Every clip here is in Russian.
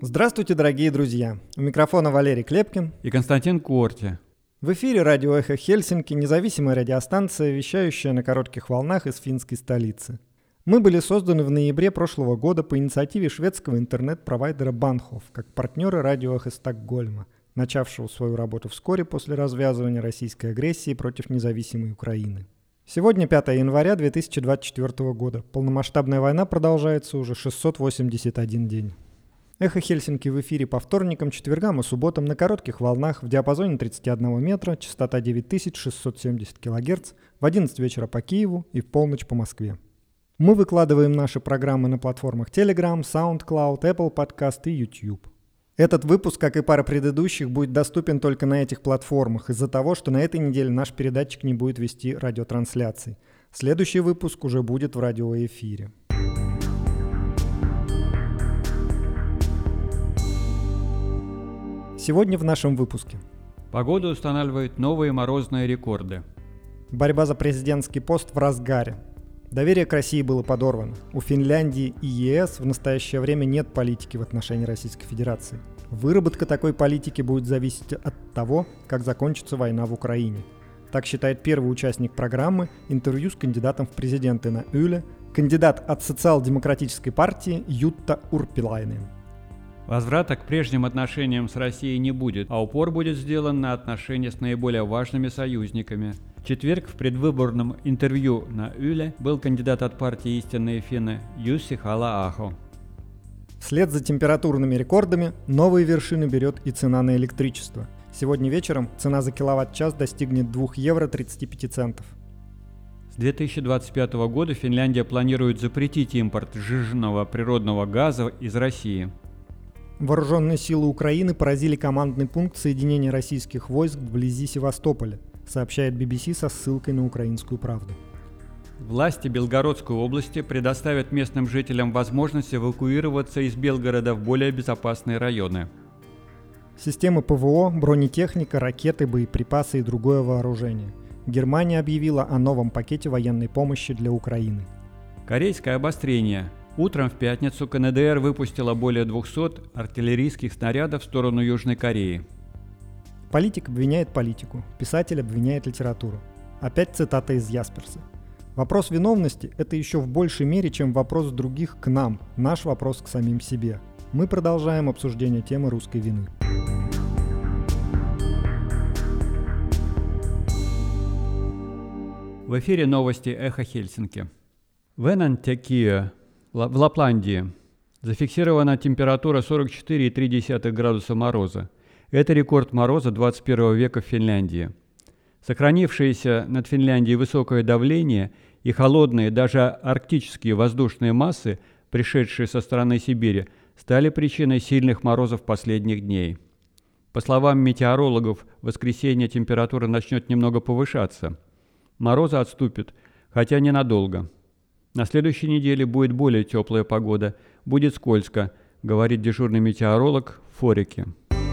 Здравствуйте, дорогие друзья! У микрофона Валерий Клепкин и Константин Корти. В эфире радио «Эхо Хельсинки», независимая радиостанция, вещающая на коротких волнах из финской столицы. Мы были созданы в ноябре прошлого года по инициативе шведского интернет-провайдера Bahnhof, как партнеры радио «Эхо Стокгольма», начавшего свою работу вскоре после развязывания российской агрессии против независимой Украины. Сегодня 5 января 2024 года. Полномасштабная война продолжается уже 681 день. «Эхо Хельсинки» в эфире по вторникам, четвергам и субботам на коротких волнах в диапазоне 31 метра, частота 9670 кГц, в 11 вечера по Киеву и в полночь по Москве. Мы выкладываем наши программы на платформах Telegram, SoundCloud, Apple Podcast и YouTube. Этот выпуск, как и пара предыдущих, будет доступен только на этих платформах из-за того, что на этой неделе наш передатчик не будет вести радиотрансляций. Следующий выпуск уже будет в радиоэфире. Сегодня в нашем выпуске. Погода устанавливает новые морозные рекорды. Борьба за президентский пост в разгаре. Доверие к России было подорвано. У Финляндии и ЕС в настоящее время нет политики в отношении Российской Федерации. Выработка такой политики будет зависеть от того, как закончится война в Украине. Так считает первый участник программы интервью с кандидатом в президенты на Yle, кандидат от социал-демократической партии Jutta Urpilainen. Возврата к прежним отношениям с Россией не будет, а упор будет сделан на отношения с наиболее важными союзниками. В четверг в предвыборном интервью на Yle был кандидат от партии «Истинные финны» Jussi Halla-aho. Вслед за температурными рекордами новые вершины берет и цена на электричество. Сегодня вечером цена за киловатт-час достигнет 2 евро 35 центов. С 2025 года Финляндия планирует запретить импорт сжиженного природного газа из России. Вооруженные силы Украины поразили командный пункт соединения российских войск вблизи Севастополя, сообщает BBC со ссылкой на «Украинскую правду». Власти Белгородской области предоставят местным жителям возможность эвакуироваться из Белгорода в более безопасные районы. Системы ПВО, бронетехника, ракеты, боеприпасы и другое вооружение. Германия объявила о новом пакете военной помощи для Украины. Корейское обострение. Утром в пятницу КНДР выпустила более 200 артиллерийских снарядов в сторону Южной Кореи. Политик обвиняет политику, писатель обвиняет литературу. Опять цитата из Ясперса. Вопрос виновности – это еще в большей мере, чем вопрос других к нам, наш вопрос к самим себе. Мы продолжаем обсуждение темы русской вины. В эфире новости «Эхо Хельсинки». В Энантекио, в Лапландии, зафиксирована температура 44,3 градуса мороза. Это рекорд мороза 21 века в Финляндии. Сохранившееся над Финляндией высокое давление и холодные, даже арктические воздушные массы, пришедшие со стороны Сибири, стали причиной сильных морозов последних дней. По словам метеорологов, в воскресенье температура начнет немного повышаться. Морозы отступят, хотя ненадолго. На следующей неделе будет более теплая погода, будет скользко, говорит дежурный метеоролог Форики.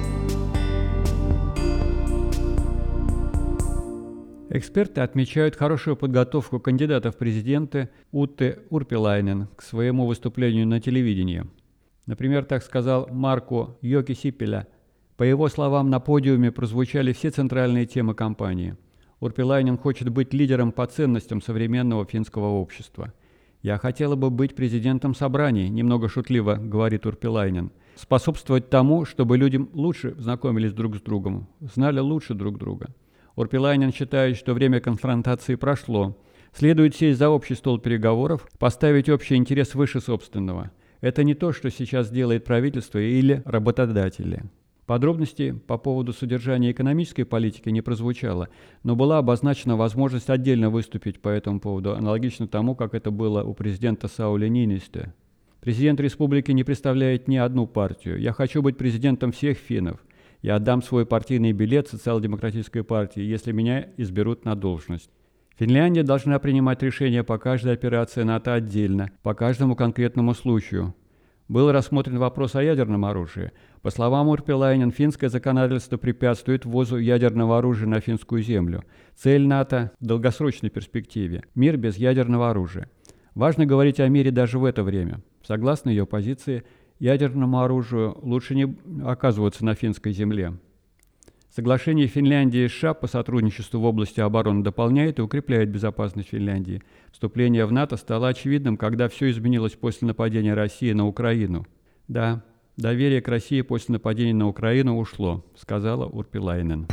Эксперты отмечают хорошую подготовку кандидата в президенты Juttu Urpilainen к своему выступлению на телевидении. Например, так сказал Марко Йокисипилä. По его словам, на подиуме прозвучали все центральные темы кампании. Urpilainen хочет быть лидером по ценностям современного финского общества. «Я хотела бы быть президентом собраний», – немного шутливо говорит Urpilainen. «Способствовать тому, чтобы люди лучше знакомились друг с другом, знали лучше друг друга». Urpilainen считает, что время конфронтации прошло. Следует сесть за общий стол переговоров, поставить общий интерес выше собственного. Это не то, что сейчас делает правительство или работодатели. Подробностей по поводу содержания экономической политики не прозвучало, но была обозначена возможность отдельно выступить по этому поводу, аналогично тому, как это было у президента Саули Ниинистö. Президент республики не представляет ни одну партию. «Я хочу быть президентом всех финнов. Я отдам свой партийный билет социал-демократической партии, если меня изберут на должность». Финляндия должна принимать решения по каждой операции НАТО отдельно, по каждому конкретному случаю. Был рассмотрен вопрос о ядерном оружии. По словам Urpilainen, финское законодательство препятствует ввозу ядерного оружия на финскую землю. Цель НАТО в долгосрочной перспективе – мир без ядерного оружия. Важно говорить о мире даже в это время. Согласно ее позиции, ядерному оружию, лучше не оказываться на финской земле. Соглашение Финляндии и США по сотрудничеству в области обороны дополняет и укрепляет безопасность Финляндии. Вступление в НАТО стало очевидным, когда все изменилось после нападения России на Украину. Да, доверие к России после нападения на Украину ушло, сказала Урпилайнен.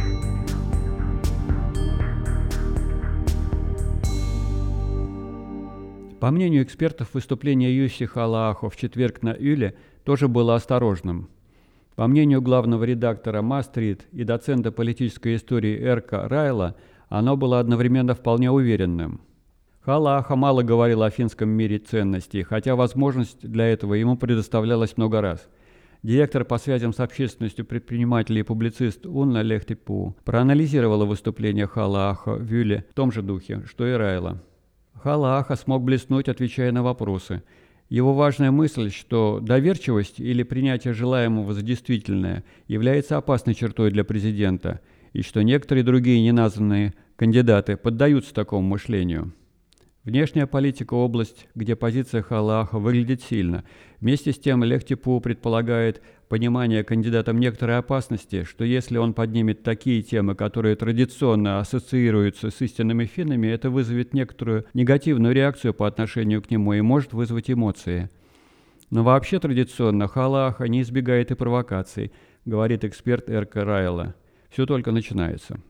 По мнению экспертов, выступление Юсси Хalla-ахо в четверг на Юле тоже было осторожным. По мнению главного редактора Мастрит и доцента политической истории Эрка Райла, оно было одновременно вполне уверенным. Хalla-ахо мало говорил о финском мире ценностей, хотя возможность для этого ему предоставлялась много раз. Директор по связям с общественностью, предприниматель и публицист Унна Лехтипу проанализировала выступление Хalla-ахо в Юле в том же духе, что и Райла. Хalla-ахо смог блеснуть, отвечая на вопросы. Его важная мысль, что доверчивость или принятие желаемого за действительное является опасной чертой для президента, и что некоторые другие неназванные кандидаты поддаются такому мышлению. Внешняя политика – область, где позиция Хalla-ахо выглядит сильно. Вместе с тем Лехтипу предполагает понимание кандидатом некоторой опасности, что если он поднимет такие темы, которые традиционно ассоциируются с истинными финнами, это вызовет некоторую негативную реакцию по отношению к нему и может вызвать эмоции. Но вообще традиционно Хalla-ахо не избегает и провокаций, говорит эксперт Эрка Райла. Все только начинается.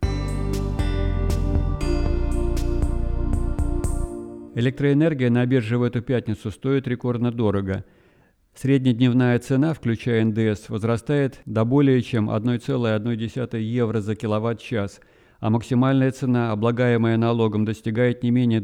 Электроэнергия на бирже в эту пятницу стоит рекордно дорого. Среднедневная цена, включая НДС, возрастает до более чем 1,1 евро за киловатт-час, а максимальная цена, облагаемая налогом, достигает не менее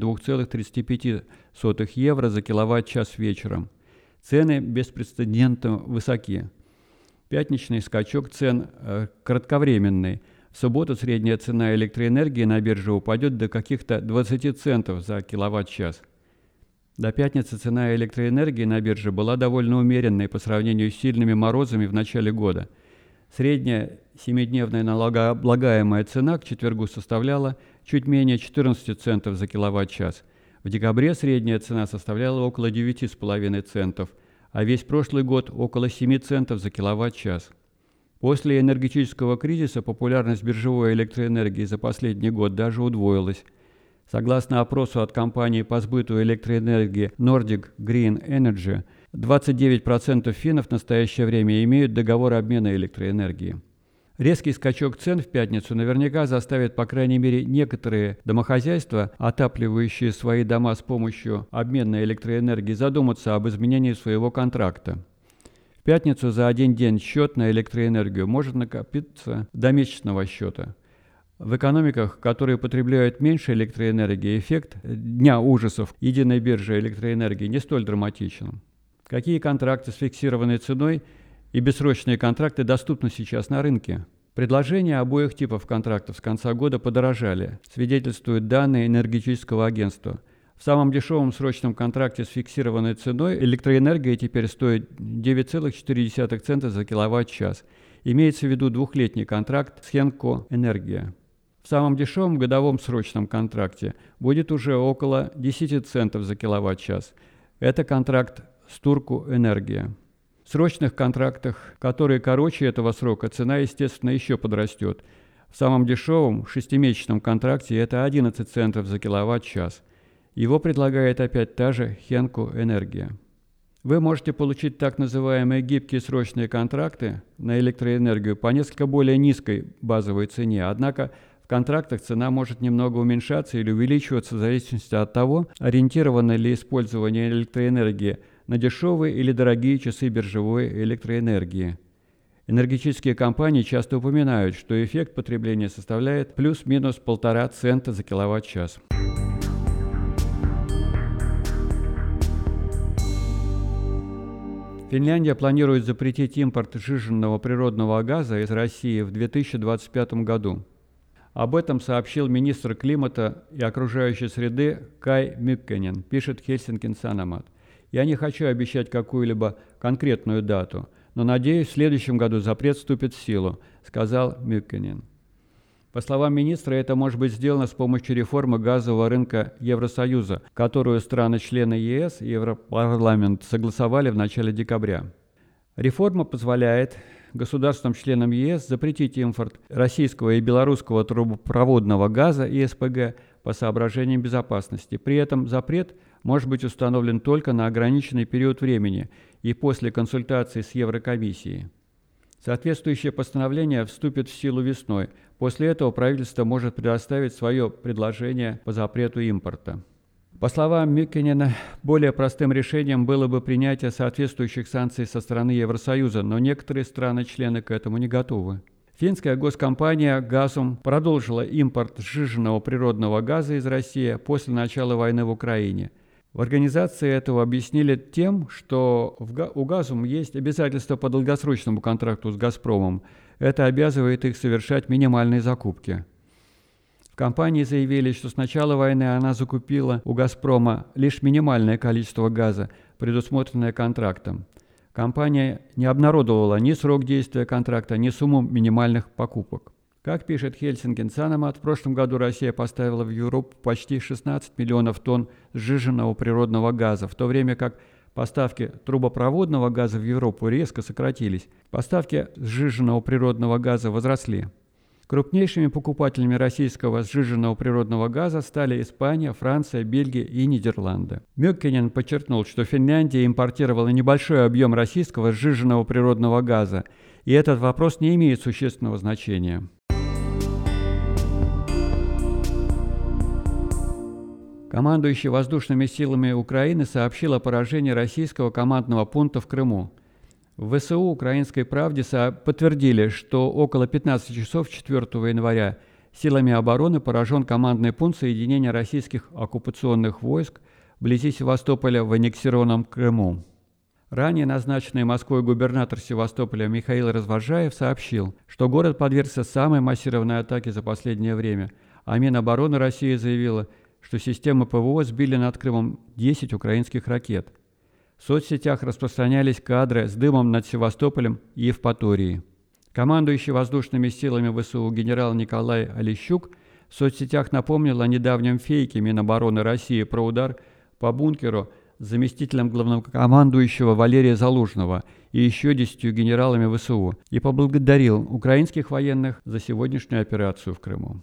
2,35 евро за киловатт-час вечером. Цены беспрецедентно высоки. Пятничный скачок цен кратковременный. В субботу средняя цена электроэнергии на бирже упадет до каких-то 20 центов за киловатт-час. До пятницы цена электроэнергии на бирже была довольно умеренной по сравнению с сильными морозами в начале года. Средняя 7-дневная налогооблагаемая цена к четвергу составляла чуть менее 14 центов за киловатт-час. В декабре средняя цена составляла около 9,5 центов, а весь прошлый год около 7 центов за киловатт-час. После энергетического кризиса популярность биржевой электроэнергии за последний год даже удвоилась. Согласно опросу от компании по сбыту электроэнергии Nordic Green Energy, 29% финнов в настоящее время имеют договор обмена электроэнергией. Резкий скачок цен в пятницу наверняка заставит, по крайней мере, некоторые домохозяйства, отапливающие свои дома с помощью обмена электроэнергии, задуматься об изменении своего контракта. В пятницу за один день счет на электроэнергию может накопиться до месячного счета. В экономиках, которые потребляют меньше электроэнергии, эффект дня ужасов единой биржи электроэнергии не столь драматичен. Какие контракты с фиксированной ценой и бессрочные контракты доступны сейчас на рынке? Предложения обоих типов контрактов с конца года подорожали, свидетельствуют данные энергетического агентства. В самом дешевом срочном контракте с фиксированной ценой электроэнергия теперь стоит 9,4 цента за киловатт-час. Имеется в виду двухлетний контракт с Хенко Энергия. В самом дешевом годовом срочном контракте будет уже около 10 центов за киловатт-час. Это контракт с Турку Энергия. В срочных контрактах, которые короче этого срока, цена, естественно, еще подрастет. В самом дешевом шестимесячном контракте это 11 центов за киловатт-час. Его предлагает опять та же Хенко Энергия. Вы можете получить так называемые гибкие срочные контракты на электроэнергию по несколько более низкой базовой цене, однако в контрактах цена может немного уменьшаться или увеличиваться в зависимости от того, ориентировано ли использование электроэнергии на дешевые или дорогие часы биржевой электроэнергии. Энергетические компании часто упоминают, что эффект потребления составляет плюс-минус 1,5 цента за киловатт-час. Финляндия планирует запретить импорт сжиженного природного газа из России в 2025 году. Об этом сообщил министр климата и окружающей среды Кай Мykkänen, пишет Helsingin Sanomat. «Я не хочу обещать какую-либо конкретную дату, но надеюсь, в следующем году запрет вступит в силу», сказал Mykkänen. По словам министра, это может быть сделано с помощью реформы газового рынка Евросоюза, которую страны-члены ЕС и Европарламент согласовали в начале декабря. Реформа позволяет государствам-членам ЕС запретить импорт российского и белорусского трубопроводного газа и СПГ по соображениям безопасности. При этом запрет может быть установлен только на ограниченный период времени и после консультаций с Еврокомиссией. Соответствующее постановление вступит в силу весной. После этого правительство может предоставить свое предложение по запрету импорта. По словам Мюккенена, более простым решением было бы принятие соответствующих санкций со стороны Евросоюза, но некоторые страны-члены к этому не готовы. Финская госкомпания «Газум» продолжила импорт сжиженного природного газа из России после начала войны в Украине. В организации этого объяснили тем, что у «Газум» есть обязательства по долгосрочному контракту с «Газпромом». Это обязывает их совершать минимальные закупки. В компании заявили, что с начала войны она закупила у «Газпрома» лишь минимальное количество газа, предусмотренное контрактом. Компания не обнародовала ни срок действия контракта, ни сумму минимальных покупок. Как пишет Хельсинки Санамат, в прошлом году Россия поставила в Европу почти 16 миллионов тонн сжиженного природного газа, в то время как поставки трубопроводного газа в Европу резко сократились. Поставки сжиженного природного газа возросли. Крупнейшими покупателями российского сжиженного природного газа стали Испания, Франция, Бельгия и Нидерланды. Мюккенен подчеркнул, что Финляндия импортировала небольшой объем российского сжиженного природного газа, и этот вопрос не имеет существенного значения. Командующий воздушными силами Украины сообщил о поражении российского командного пункта в Крыму. В ВСУ «Украинской правде» подтвердили, что около 15 часов 4 января силами обороны поражен командный пункт соединения российских оккупационных войск вблизи Севастополя в аннексированном Крыму. Ранее назначенный Москвой губернатор Севастополя Михаил Развожаев сообщил, что город подвергся самой массированной атаке за последнее время, а Минобороны России заявила, что системы ПВО сбили над Крымом 10 украинских ракет. В соцсетях распространялись кадры с дымом над Севастополем и Евпаторией. Командующий воздушными силами ВСУ генерал Николай Олещук в соцсетях напомнил о недавнем фейке Минобороны России про удар по бункеру с заместителем главнокомандующего Валерия Залужного и еще 10 генералами ВСУ и поблагодарил украинских военных за сегодняшнюю операцию в Крыму.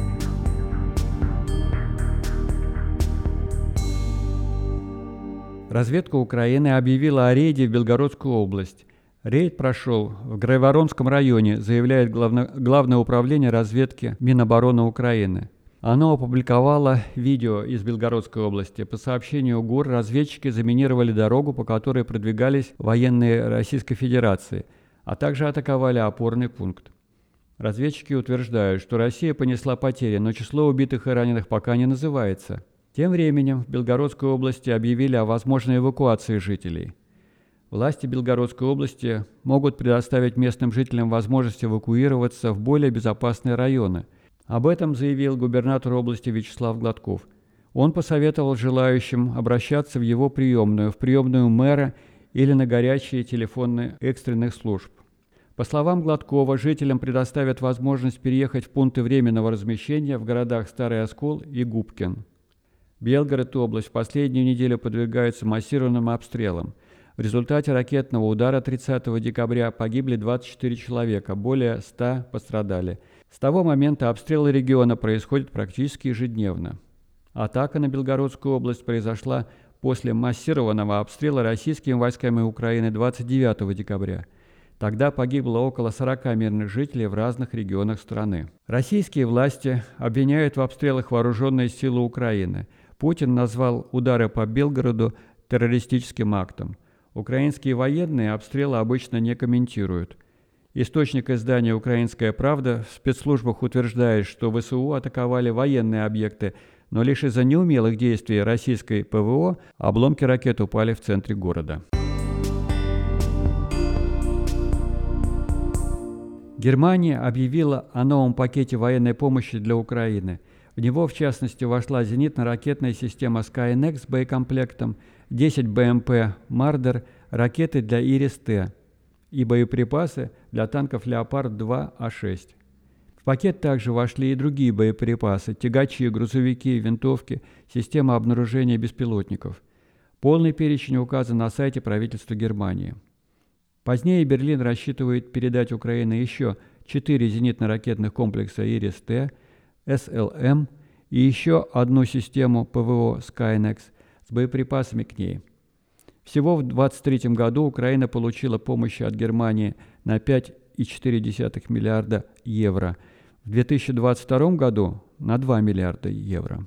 Разведка Украины объявила о рейде в Белгородскую область. Рейд прошел в Грайворонском районе, заявляет Главное управление разведки Минобороны Украины. Оно опубликовало видео из Белгородской области. По сообщению ГУР, разведчики заминировали дорогу, по которой продвигались военные Российской Федерации, а также атаковали опорный пункт. Разведчики утверждают, что Россия понесла потери, но число убитых и раненых пока не называется. Тем временем в Белгородской области объявили о возможной эвакуации жителей. Власти Белгородской области могут предоставить местным жителям возможность эвакуироваться в более безопасные районы. Об этом заявил губернатор области Вячеслав Гладков. Он посоветовал желающим обращаться в его приемную, в приемную мэра или на горячие телефоны экстренных служб. По словам Гладкова, жителям предоставят возможность переехать в пункты временного размещения в городах Старый Оскол и Губкин. Белгород и область в последнюю неделю подвергаются массированным обстрелам. В результате ракетного удара 30 декабря погибли 24 человека, более 100 пострадали. С того момента обстрелы региона происходят практически ежедневно. Атака на Белгородскую область произошла после массированного обстрела российскими войсками Украины 29 декабря. Тогда погибло около 40 мирных жителей в разных регионах страны. Российские власти обвиняют в обстрелах вооруженные силы Украины. Путин назвал удары по Белгороду террористическим актом. Украинские военные обстрелы обычно не комментируют. Источник издания «Украинская правда» в спецслужбах утверждает, что ВСУ атаковали военные объекты, но лишь из-за неумелых действий российской ПВО обломки ракет упали в центре города. Германия объявила о новом пакете военной помощи для Украины. В него, в частности, вошла зенитно-ракетная система Skynex с боекомплектом, 10 БМП «Мардер», ракеты для Ирис-Т и боеприпасы для танков «Леопард-2А6». В пакет также вошли и другие боеприпасы – тягачи, грузовики, винтовки, система обнаружения беспилотников. Полный перечень указан на сайте правительства Германии. Позднее Берлин рассчитывает передать Украине еще 4 зенитно-ракетных комплекса «Ирис-Т», СЛМ и еще одну систему ПВО «Скайнекс» с боеприпасами к ней. Всего в 2023 году Украина получила помощи от Германии на 5,4 миллиарда евро, в 2022 году на 2 миллиарда евро.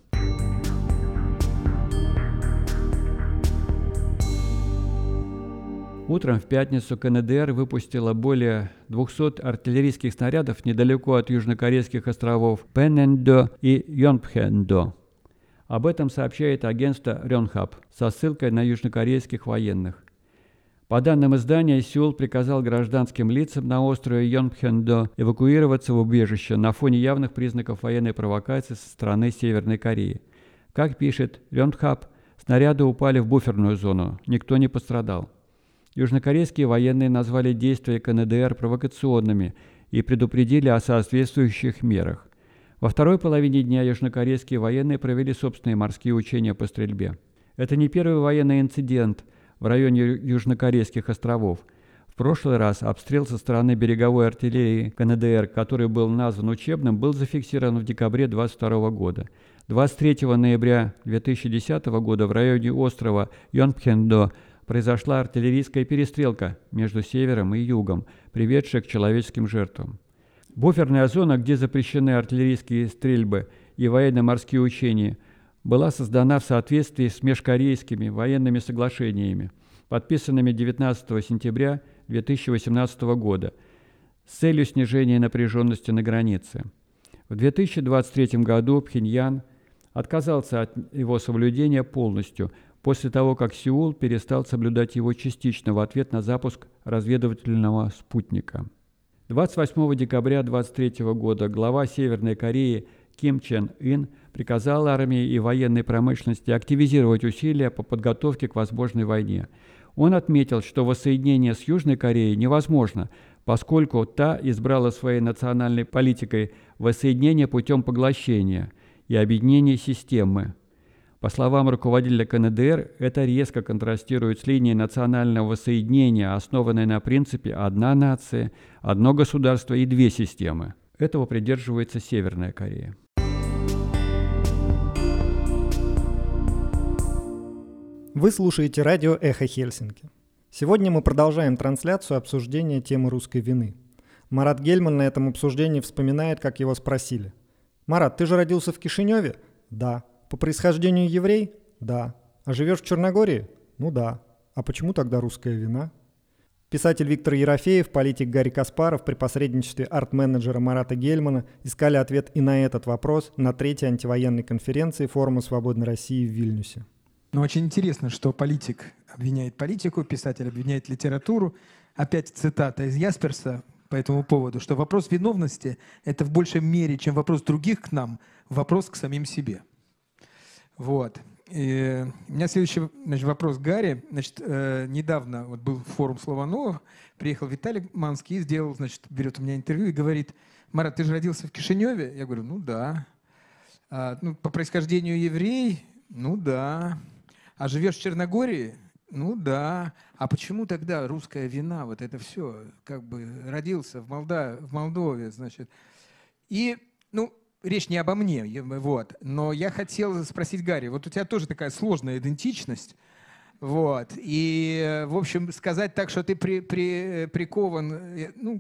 Утром в пятницу КНДР выпустила более 200 артиллерийских снарядов недалеко от южнокорейских островов Пеннендо и Йонпхендо. Об этом сообщает агентство Рёнхап со ссылкой на южнокорейских военных. По данным издания, Сеул приказал гражданским лицам на острове Йонпхендо эвакуироваться в убежище на фоне явных признаков военной провокации со стороны Северной Кореи. Как пишет Рёнхап, снаряды упали в буферную зону, никто не пострадал. Южнокорейские военные назвали действия КНДР провокационными и предупредили о соответствующих мерах. Во второй половине дня южнокорейские военные провели собственные морские учения по стрельбе. Это не первый военный инцидент в районе южнокорейских островов. В прошлый раз обстрел со стороны береговой артиллерии КНДР, который был назван учебным, был зафиксирован в декабре 2022 года. 23 ноября 2010 года в районе острова Йонпхендо произошла артиллерийская перестрелка между севером и югом, приведшая к человеческим жертвам. Буферная зона, где запрещены артиллерийские стрельбы и военно-морские учения, была создана в соответствии с межкорейскими военными соглашениями, подписанными 19 сентября 2018 года, с целью снижения напряженности на границе. В 2023 году Пхеньян отказался от его соблюдения полностью, после того, как Сеул перестал соблюдать его частично в ответ на запуск разведывательного спутника. 28 декабря 2023 года глава Северной Кореи Ким Чен Ын приказал армии и военной промышленности активизировать усилия по подготовке к возможной войне. Он отметил, что воссоединение с Южной Кореей невозможно, поскольку та избрала своей национальной политикой воссоединение путем поглощения и объединения системы. По словам руководителя КНДР, это резко контрастирует с линией национального воссоединения, основанной на принципе «одна нация, одно государство и две системы». Этого придерживается Северная Корея. Вы слушаете радио «Эхо Хельсинки». Сегодня мы продолжаем трансляцию обсуждения темы русской вины. Марат Гельман на этом обсуждении вспоминает, как его спросили. «Марат, ты же родился в Кишиневе?» «Да». «По происхождению еврей?» «Да». «А живешь в Черногории?» «Ну да». «А почему тогда русская вина?» Писатель Виктор Ерофеев, политик Гарри Каспаров при посредничестве арт-менеджера Марата Гельмана искали ответ и на этот вопрос на 3-й антивоенной конференции Форума Свободной России в Вильнюсе. Но очень интересно, что политик обвиняет политику, писатель обвиняет литературу. Опять цитата из Ясперса по этому поводу, что вопрос виновности – это в большей мере, чем вопрос других к нам, вопрос к самим себе. Вот. И у меня следующий вопрос к Гарри. Недавно был форум Слова Нового, приехал Виталий Манский и берет у меня интервью и говорит: «Марат, ты же родился в Кишиневе?» Я говорю: «Ну да». «По происхождению еврей?» «Ну да». «А живешь в Черногории?» «Ну да». «А почему тогда русская вина, вот это все, родился в Молдове, И, речь не обо мне, но я хотел спросить Гарри, вот у тебя тоже такая сложная идентичность, и, в общем, сказать так, что ты прикован,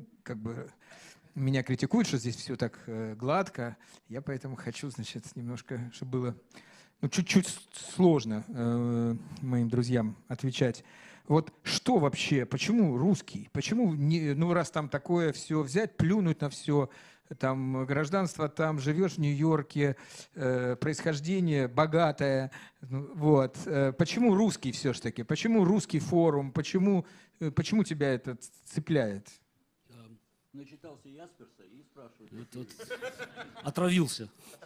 меня критикуют, что здесь все так гладко, я поэтому хочу, немножко, чтобы было, чуть-чуть сложно моим друзьям отвечать. Вот что вообще, почему русский, почему, раз там такое все взять, плюнуть на все, там гражданство, там живешь в Нью-Йорке, происхождение богатое, почему русский все-таки, почему русский форум, почему тебя это цепляет? Начитался Ясперса и спрашивает. Отравился.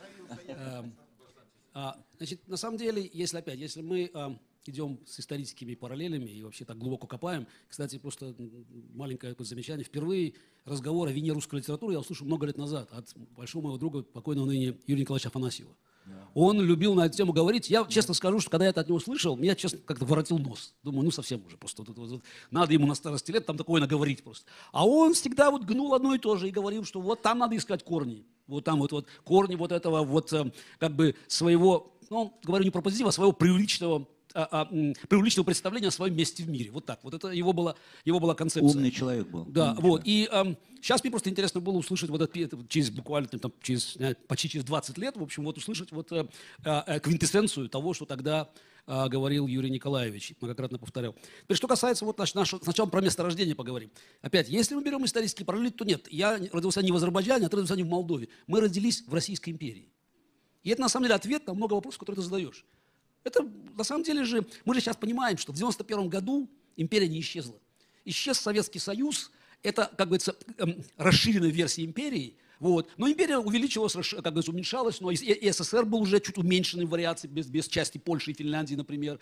На самом деле, если мы идем с историческими параллелями и вообще так глубоко копаем. Кстати, просто маленькое замечание. Впервые разговор о вине русской литературы я услышал много лет назад от большого моего друга, покойного ныне Юрия Николаевича Афанасьева. Он любил на эту тему говорить. Я честно скажу, что когда я это от него слышал, меня, честно, как-то воротил нос. Думаю, ну совсем уже просто. Надо ему на старости лет там такое наговорить просто. А он всегда вот гнул одно и то же и говорил, что вот там надо искать корни. Вот там вот корни вот этого вот как бы своего, ну, говорю не пропозитива, а своего преувеличенного представления о своем месте в мире. Вот так. Вот это его была концепция. Умный человек был. Да, вот. И сейчас мне просто интересно было услышать вот это через буквально почти через 20 лет, в общем, вот услышать вот квинтэссенцию того, что тогда говорил Юрий Николаевич, многократно повторял. Теперь, что касается вот нашего, сначала про место рождения поговорим. Опять, если мы берем исторические параллели, то нет. Я родился не в Азербайджане, а ты родился не в Молдове. Мы родились в Российской империи. И это, на самом деле, ответ на много вопросов, которые ты задаешь. Это, на самом деле же, мы же сейчас понимаем, что в 1991 году империя не исчезла. Исчез Советский Союз, это, как говорится, расширенная версия империи, вот. Но империя увеличивалась, как говорится, уменьшалась, но и СССР был уже чуть уменьшенной вариацией, без части Польши и Финляндии, например,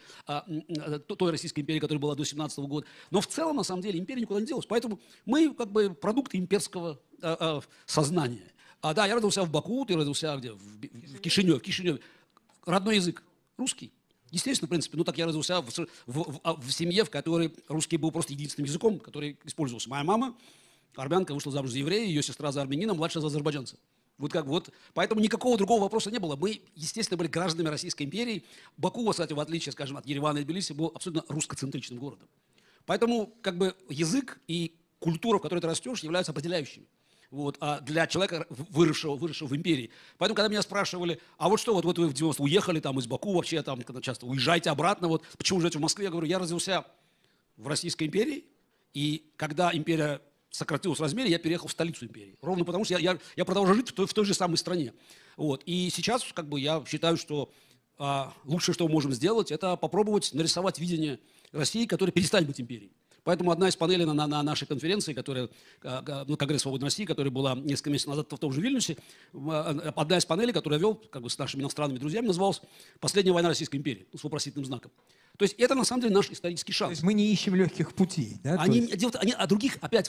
той Российской империи, которая была до 1917 года. Но в целом, на самом деле, империя никуда не делась. Поэтому мы, как бы, продукты имперского сознания. Да, я родился в Баку, ты родился где? В Кишиневе. Родной язык русский. Естественно, в принципе, ну так я родился в семье, в которой русский был просто единственным языком, который использовался. Моя мама, армянка, вышла замуж за еврея, ее сестра за армянина, младшая за азербайджанца. Вот как вот. Поэтому никакого другого вопроса не было. Мы, естественно, были гражданами Российской империи. Баку, кстати, в отличие, скажем, от Еревана и Тбилиси, был абсолютно русскоцентричным городом. Поэтому как бы язык и культура, в которой ты растешь, являются определяющими. Вот, а для человека, выросшего в империи. Поэтому, когда меня спрашивали, а вот что, вот вы в 90 уехали там, из Баку вообще, там, когда часто уезжаете обратно, вот, почему живете в Москве? Я говорю, я родился в Российской империи, и когда империя сократилась в размере, я переехал в столицу империи. Ровно потому, что я продолжаю жить в той же самой стране. Вот, и сейчас как бы, я считаю, что лучшее, что мы можем сделать, это попробовать нарисовать видение России, которая перестанет быть империей. Поэтому одна из панелей на нашей конференции, которая, ну, Конгресс свободной России, которая была несколько месяцев назад в том же Вильнюсе, одна из панелей, которую я вел как бы, с нашими иностранными друзьями, называлась «Последняя война Российской империи», с вопросительным знаком. То есть это, на самом деле, наш исторический шанс. То есть мы не ищем легких путей, да? Они о других, опять,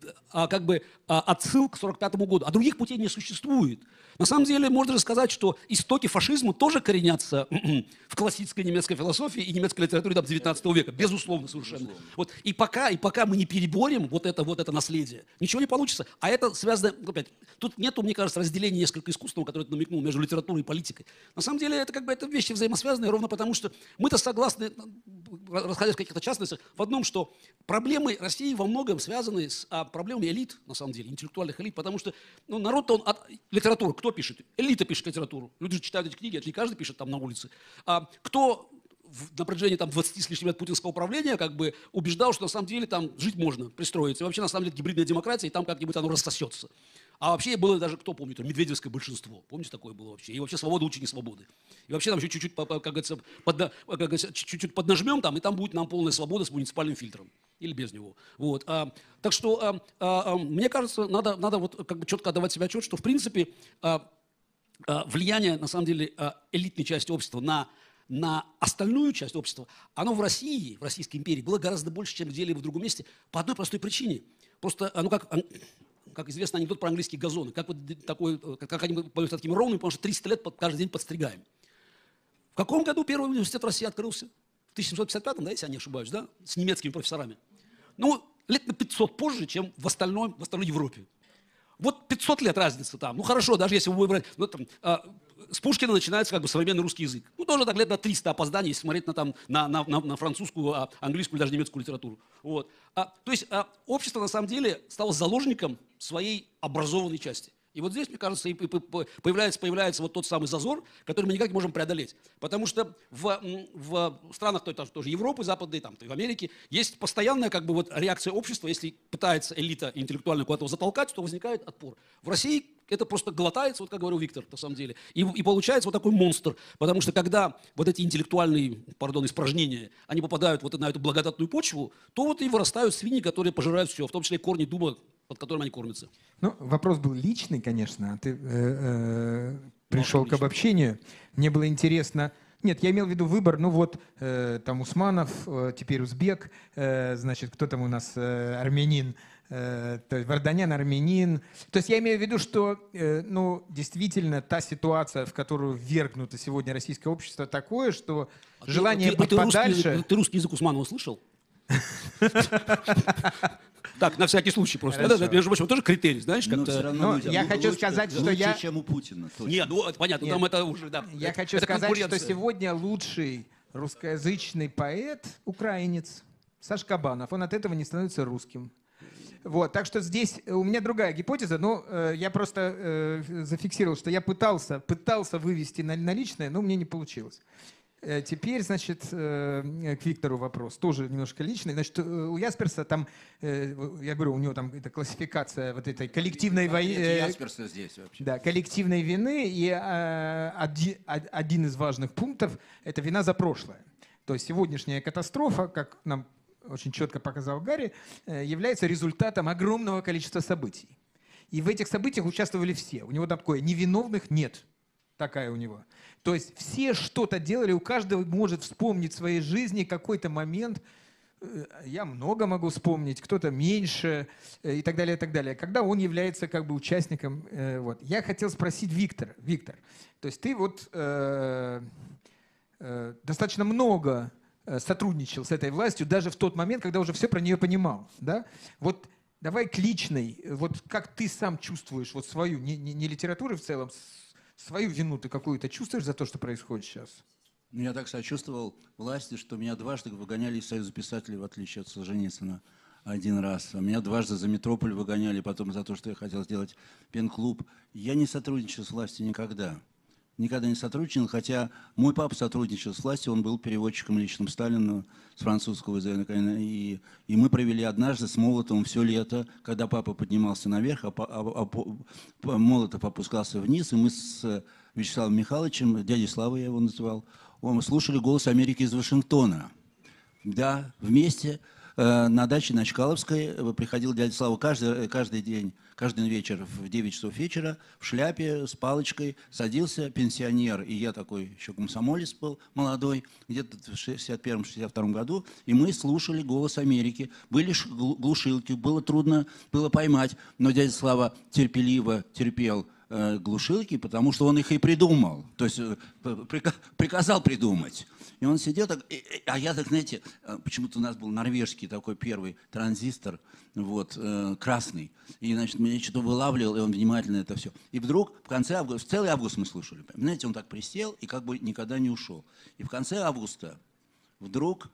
как бы отсыл к 1945 году. А других путей не существует. На самом деле, можно же сказать, что истоки фашизма тоже коренятся в классической немецкой философии и немецкой литературе до 19 века. Безусловно, совершенно. Вот. И пока мы не переборем вот это наследие, ничего не получится. А это связано, опять, тут нету, мне кажется, разделения несколько искусственного, которое ты намекнул, между литературой и политикой. На самом деле, это как бы это вещи взаимосвязанные, ровно потому что мы-то согласны, расходясь в каких-то частностях, в одном, что проблемы России во многом связаны с проблемами элит, на самом деле, интеллектуальных элит, потому что ну, народ-то, литературу кто пишет? Элита пишет литературу. Люди же читают эти книги, это не каждый пишет там на улице. Кто на протяжении там, 20 с лишним лет путинского управления как бы убеждал, что на самом деле там жить можно, пристроиться. И вообще на самом деле гибридная демократия, и там как-нибудь оно рассосется. А вообще было даже, кто помнит, медведевское большинство. Помните, такое было вообще? И вообще свобода лучше не свободы. И вообще там еще чуть-чуть, как говорится, чуть-чуть поднажмем там, и там будет нам полная свобода с муниципальным фильтром. Или без него. Вот. Так что, мне кажется, надо вот как бы четко отдавать себе отчет, что в принципе влияние, на самом деле, элитной части общества на остальную часть общества, оно в России, в Российской империи, было гораздо больше, чем где-либо в другом месте, по одной простой причине. Просто, как известно анекдот про английские газоны, как они были такими ровными, потому что 300 лет каждый день подстригаем. В каком году первый университет в России открылся? В 1755, да, если я не ошибаюсь, да, с немецкими профессорами. Ну, лет на 500 позже, чем в остальной Европе. Вот 500 лет разница там. Ну, хорошо, даже если вы выбрать... Ну, там, с Пушкина начинается как бы современный русский язык. Ну, тоже так лет на 300 опозданий, если смотреть на французскую, английскую или даже немецкую литературу. Вот. То есть общество, на самом деле, стало заложником своей образованной части. И вот здесь, мне кажется, и появляется вот тот самый зазор, который мы никак не можем преодолеть. Потому что в странах тоже Европы, Западной, там, в Америке, есть постоянная как бы, вот, реакция общества. Если пытается элита интеллектуально куда-то затолкать, то возникает отпор. В России это просто глотается, вот как говорил Виктор, на самом деле. И получается вот такой монстр. Потому что когда вот эти интеллектуальные, испражнения, они попадают вот на эту благодатную почву, то вот и вырастают свиньи, которые пожирают все, в том числе корни дуба, под которым они кормятся. Ну, вопрос был личный, конечно. Ты пришел к обобщению. Мне было интересно... Нет, я имел в виду выбор, ну вот, там Усманов, теперь узбек, значит, кто там у нас, армянин, то есть Варданян армянин. То есть я имею в виду, что ну, действительно та ситуация, в которую ввергнуто сегодня российское общество, такое, что желание быть подальше... Ты русский язык Усманова слышал? Так, на всякий случай просто. Это, между прочим, тоже критерий, знаешь, как-то... Я хочу сказать, что я... Лучше, чем у Путина. Нет, ну, понятно, там это уже, да. Я хочу сказать, что сегодня лучший русскоязычный поэт — украинец Саша Кабанов. Он от этого не становится русским. Вот, так что здесь у меня другая гипотеза, но я просто зафиксировал, что я пытался вывести на личное, но мне не получилось. Теперь, значит, к Виктору вопрос, тоже немножко личный. Значит, у Ясперса там, я говорю, у него там эта классификация вот этой коллективной войны. Ясперса здесь вообще. Да, коллективной вины, и один из важных пунктов — это вина за прошлое. То есть сегодняшняя катастрофа, как нам очень четко показал Гарри, является результатом огромного количества событий. И в этих событиях участвовали все. У него там такое невиновных нет. Такая у него. То есть все что-то делали, у каждого может вспомнить в своей жизни какой-то момент. Я много могу вспомнить, кто-то меньше и так далее, и так далее. Когда он является как бы участником. Вот. Я хотел спросить Виктор, то есть ты вот достаточно много сотрудничал с этой властью, даже в тот момент, когда уже все про нее понимал. Да? Вот давай к личной, вот как ты сам чувствуешь вот свою, не литературу в целом, свою вину ты какую-то чувствуешь за то, что происходит сейчас? Ну, я так сочувствовал власти, что меня дважды выгоняли из Союза писателей, в отличие от Солженицына, один раз. А меня дважды за Метрополь выгоняли, потом за то, что я хотел сделать пен-клуб. Я не сотрудничал с властью никогда. Никогда не сотрудничал, хотя мой папа сотрудничал с властью, он был переводчиком личным Сталина с французского языка. И мы провели однажды с Молотовым все лето, когда папа поднимался наверх, а Молотов опускался вниз, и мы с Вячеславом Михайловичем, дядей Славой я его называл, мы слушали «Голос Америки» из Вашингтона. Да, вместе на даче на Чкаловской приходил дядя Слава каждый день, каждый вечер в 9 часов вечера в шляпе с палочкой садился пенсионер, и я такой еще комсомолец был молодой, где-то в 61-62 году, и мы слушали «Голос Америки». Были глушилки, было трудно было поймать, но дядя Слава терпеливо терпел глушилки, потому что он их и придумал, то есть приказал придумать. И он сидел так, а я так, знаете, почему-то у нас был норвежский такой первый транзистор, вот, красный, и, значит, меня что-то вылавливал, и он внимательно это все. И вдруг в конце августа, целый август мы слушали, знаете, он так присел и как бы никогда не ушел. И в конце августа вдруг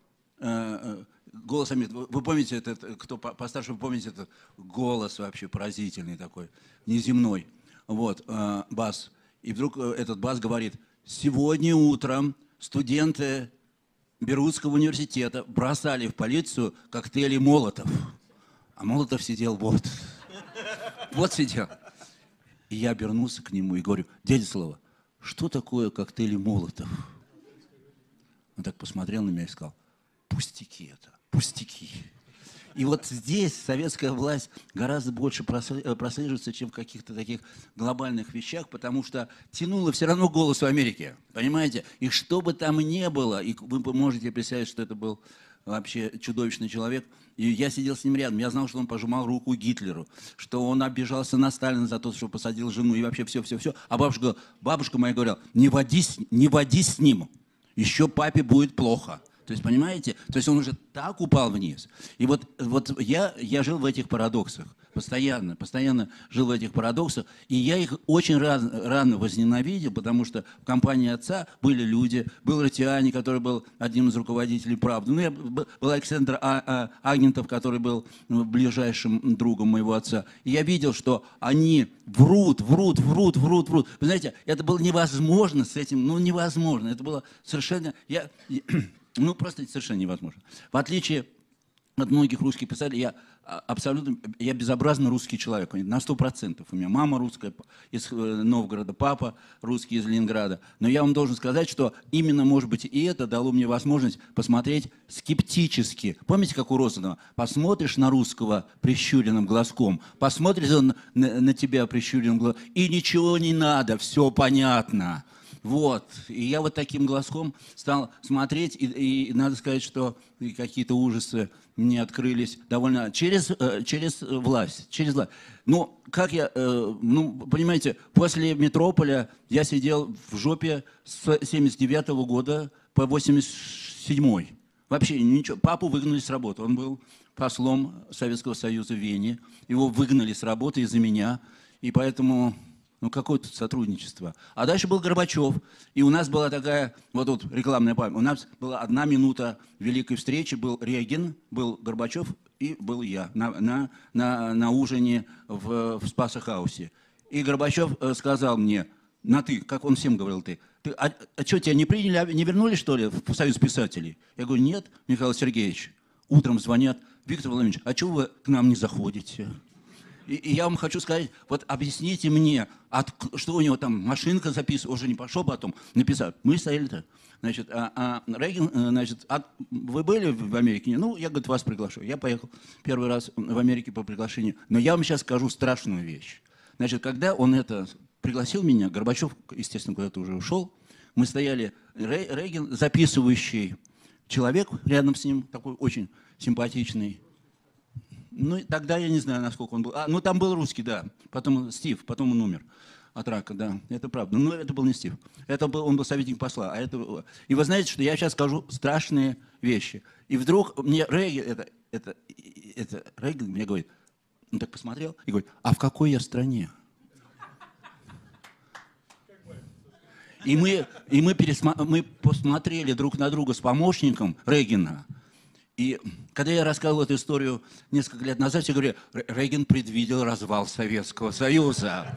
«Голос Америки», вы помните этот, кто постарше, вы помните этот голос вообще поразительный такой, неземной. Вот, бас. И вдруг этот бас говорит: сегодня утром студенты Берутского университета бросали в полицию коктейли Молотов. А Молотов сидел вот. Вот сидел. И я обернулся к нему и говорю: дядя Слава, что такое коктейли Молотов? Он так посмотрел на меня и сказал: пустяки это, пустяки. И вот здесь советская власть гораздо больше прослеживается, чем в каких-то таких глобальных вещах, потому что тянуло все равно «Голос в Америке», понимаете? И что бы там ни было, и вы можете представить, что это был вообще чудовищный человек. И я сидел с ним рядом, я знал, что он пожимал руку Гитлеру, что он обижался на Сталина за то, что посадил жену, и вообще все. А бабушка моя говорила: не води с ним, еще папе будет плохо. То есть, понимаете, то есть он уже так упал вниз. И вот я жил в этих парадоксах, постоянно жил в этих парадоксах, и я их очень рано возненавидел, потому что в компании отца были люди, был Ратиани, который был одним из руководителей «Правды», был Александр Агнентов, который был ближайшим другом моего отца. И я видел, что они врут. Вы знаете, это было невозможно с этим, невозможно. Это было совершенно... просто совершенно невозможно. В отличие от многих русских писателей, я безобразно русский человек, на 100%. У меня мама русская из Новгорода, папа русский из Ленинграда. Но я вам должен сказать, что именно, может быть, и это дало мне возможность посмотреть скептически. Помните, как у Розанова? Посмотришь на русского прищуренным глазком, посмотришь он на тебя прищуренным глазком, и ничего не надо, все понятно. Вот. И я вот таким глазком стал смотреть, и надо сказать, что какие-то ужасы мне открылись довольно через власть. Через власть. Ну, как я, понимаете, после Метрополя я сидел в жопе с 79-го года по 87-й. Вообще ничего. Папу выгнали с работы. Он был послом Советского Союза в Вене. Его выгнали с работы из-за меня. И поэтому, какое тут сотрудничество. А дальше был Горбачев. И у нас была такая, вот тут рекламная память. У нас была 1 минута великой встречи. Был Регин, был Горбачев и был я на ужине в Спасо-хаусе. И Горбачев сказал мне, на ты, как он всем говорил ты, а что, тебя не приняли, не вернули, что ли, в Союз писателей? Я говорю, нет, Михаил Сергеевич. Утром звонят, Виктор Владимирович, а чего вы к нам не заходите? И я вам хочу сказать, вот объясните мне, что у него там машинка записывала, уже не пошел потом написать. Мы стояли-то. Значит, Рейган, значит, вы были в Америке? Ну, я, говорит, вас приглашу. Я поехал первый раз в Америке по приглашению. Но я вам сейчас скажу страшную вещь. Значит, когда он это пригласил меня, Горбачев, естественно, куда-то уже ушел, мы стояли, Рейган, записывающий человек рядом с ним, такой очень симпатичный. Ну, тогда я не знаю, насколько он был. Там был русский, да. Потом Стив, потом он умер от рака, да. Это правда. Но это был не Стив. Он был советник посла. И вы знаете, что я сейчас скажу страшные вещи. И вдруг мне Рейган, Рейган мне говорит, он так посмотрел и говорит, а в какой я стране? И мы посмотрели друг на друга с помощником Рейгана. И когда я рассказывал эту историю несколько лет назад, все говорили, Рейган предвидел развал Советского Союза.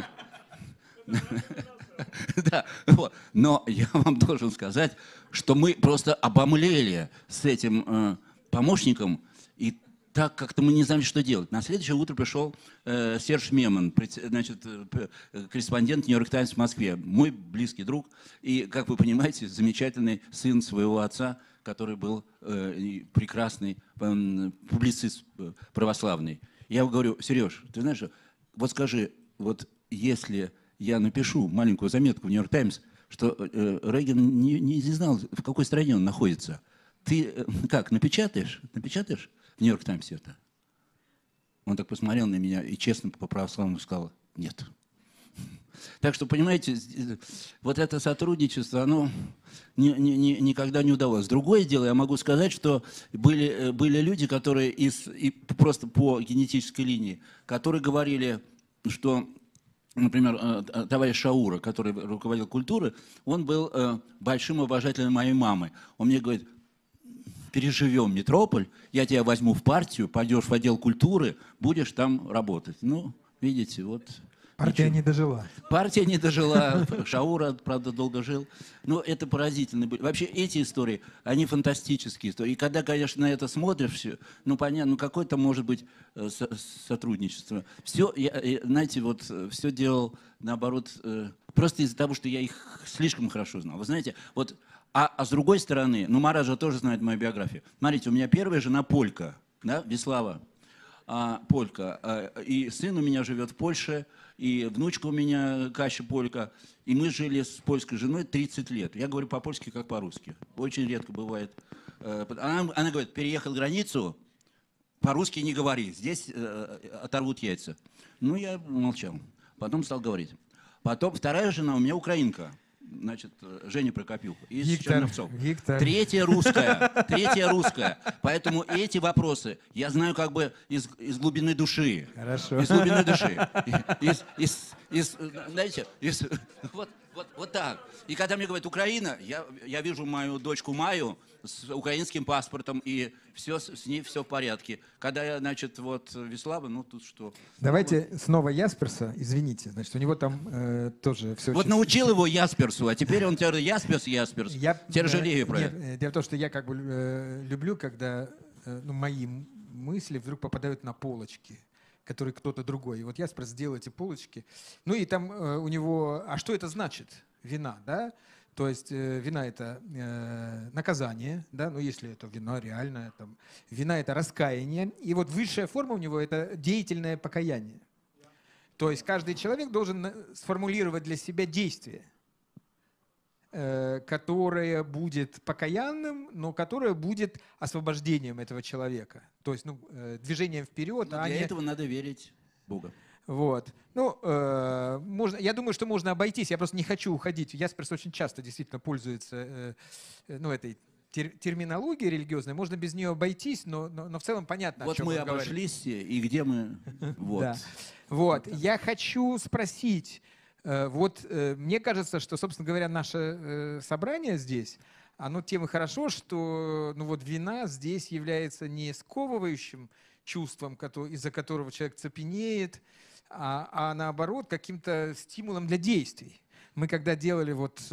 Да, вот. Но я вам должен сказать, что мы просто обомлели с этим помощником, и так как-то мы не знали, что делать. На следующее утро пришел Серж Мемон, значит, корреспондент «Нью-Йорк Таймс» в Москве, мой близкий друг, и, как вы понимаете, замечательный сын своего отца, который был прекрасный публицист православный. Я ему говорю, Сереж, ты знаешь, вот скажи, вот если я напишу маленькую заметку в «Нью-Йорк Таймс», что Рейган не знал, в какой стране он находится, ты как, напечатаешь в «Нью-Йорк Таймс» это? Он так посмотрел на меня и честно по-православному сказал, нет. Так что, понимаете, вот это сотрудничество, оно никогда не удалось. Другое дело, я могу сказать, что были люди, которые просто по генетической линии, которые говорили, что, например, товарищ Шаура, который руководил культурой, он был большим обожателем моей мамы. Он мне говорит, переживем Метрополь, я тебя возьму в партию, пойдешь в отдел культуры, будешь там работать. Ну, видите, вот... Партия не дожила. Партия не дожила. Шаура, правда, долго жил. Но это поразительно. Вообще эти истории, они фантастические истории. И когда, конечно, на это смотришь, понятно, какое-то может быть сотрудничество. Все, знаете, вот все делал, наоборот, просто из-за того, что я их слишком хорошо знал. Вы знаете, вот, а с другой стороны, Марат же тоже знает мою биографию. Смотрите, у меня первая жена полька, да, Веслава. Полька. И сын у меня живет в Польше, и внучка у меня Каща полька. И мы жили с польской женой 30 лет. Я говорю по-польски, как по-русски. Очень редко бывает. Она говорит, переехал границу, по-русски не говори, здесь оторвут яйца. Я молчал. Потом стал говорить. Потом вторая жена у меня украинка. Значит, Женя Прокопюк из Черновцов. Третья русская. Поэтому эти вопросы я знаю как бы из глубины души. Хорошо. Из глубины души. Знаете, вот так. И когда мне говорят Украина, я вижу мою дочку Маю с украинским паспортом, и с ней все в порядке. Когда я, значит, вот Веслава, тут что? Давайте снова Ясперса, извините, значит, у него там тоже все вот очень... научил его Ясперсу, а теперь он теперь Ясперс. Теперь жалею про это. Нет, дело в том, что я как бы люблю, когда мои мысли вдруг попадают на полочки, которые кто-то другой. И вот Ясперс сделал эти полочки. И там у него... А что это значит? Вина, да? То есть вина — это наказание, да, если это вина реальное, там, вина — это раскаяние. И вот высшая форма у него — это деятельное покаяние. То есть каждый человек должен сформулировать для себя действие. которое будет покаянным, но которое будет освобождением этого человека. То есть движением вперед. Но для этого надо верить в Бога. Вот. Я думаю, что можно обойтись. Я просто не хочу уходить. Ясперс очень часто действительно пользуется этой терминологией религиозной. Можно без нее обойтись, но в целом понятно, вот о чем мы он говорит. обошлись, и где мы... Вот. Да. Вот. Я хочу спросить, мне кажется, что, собственно говоря, наше собрание здесь, оно тем и хорошо, что вина здесь является не сковывающим чувством, из-за которого человек цепенеет, а наоборот каким-то стимулом для действий. Мы когда делали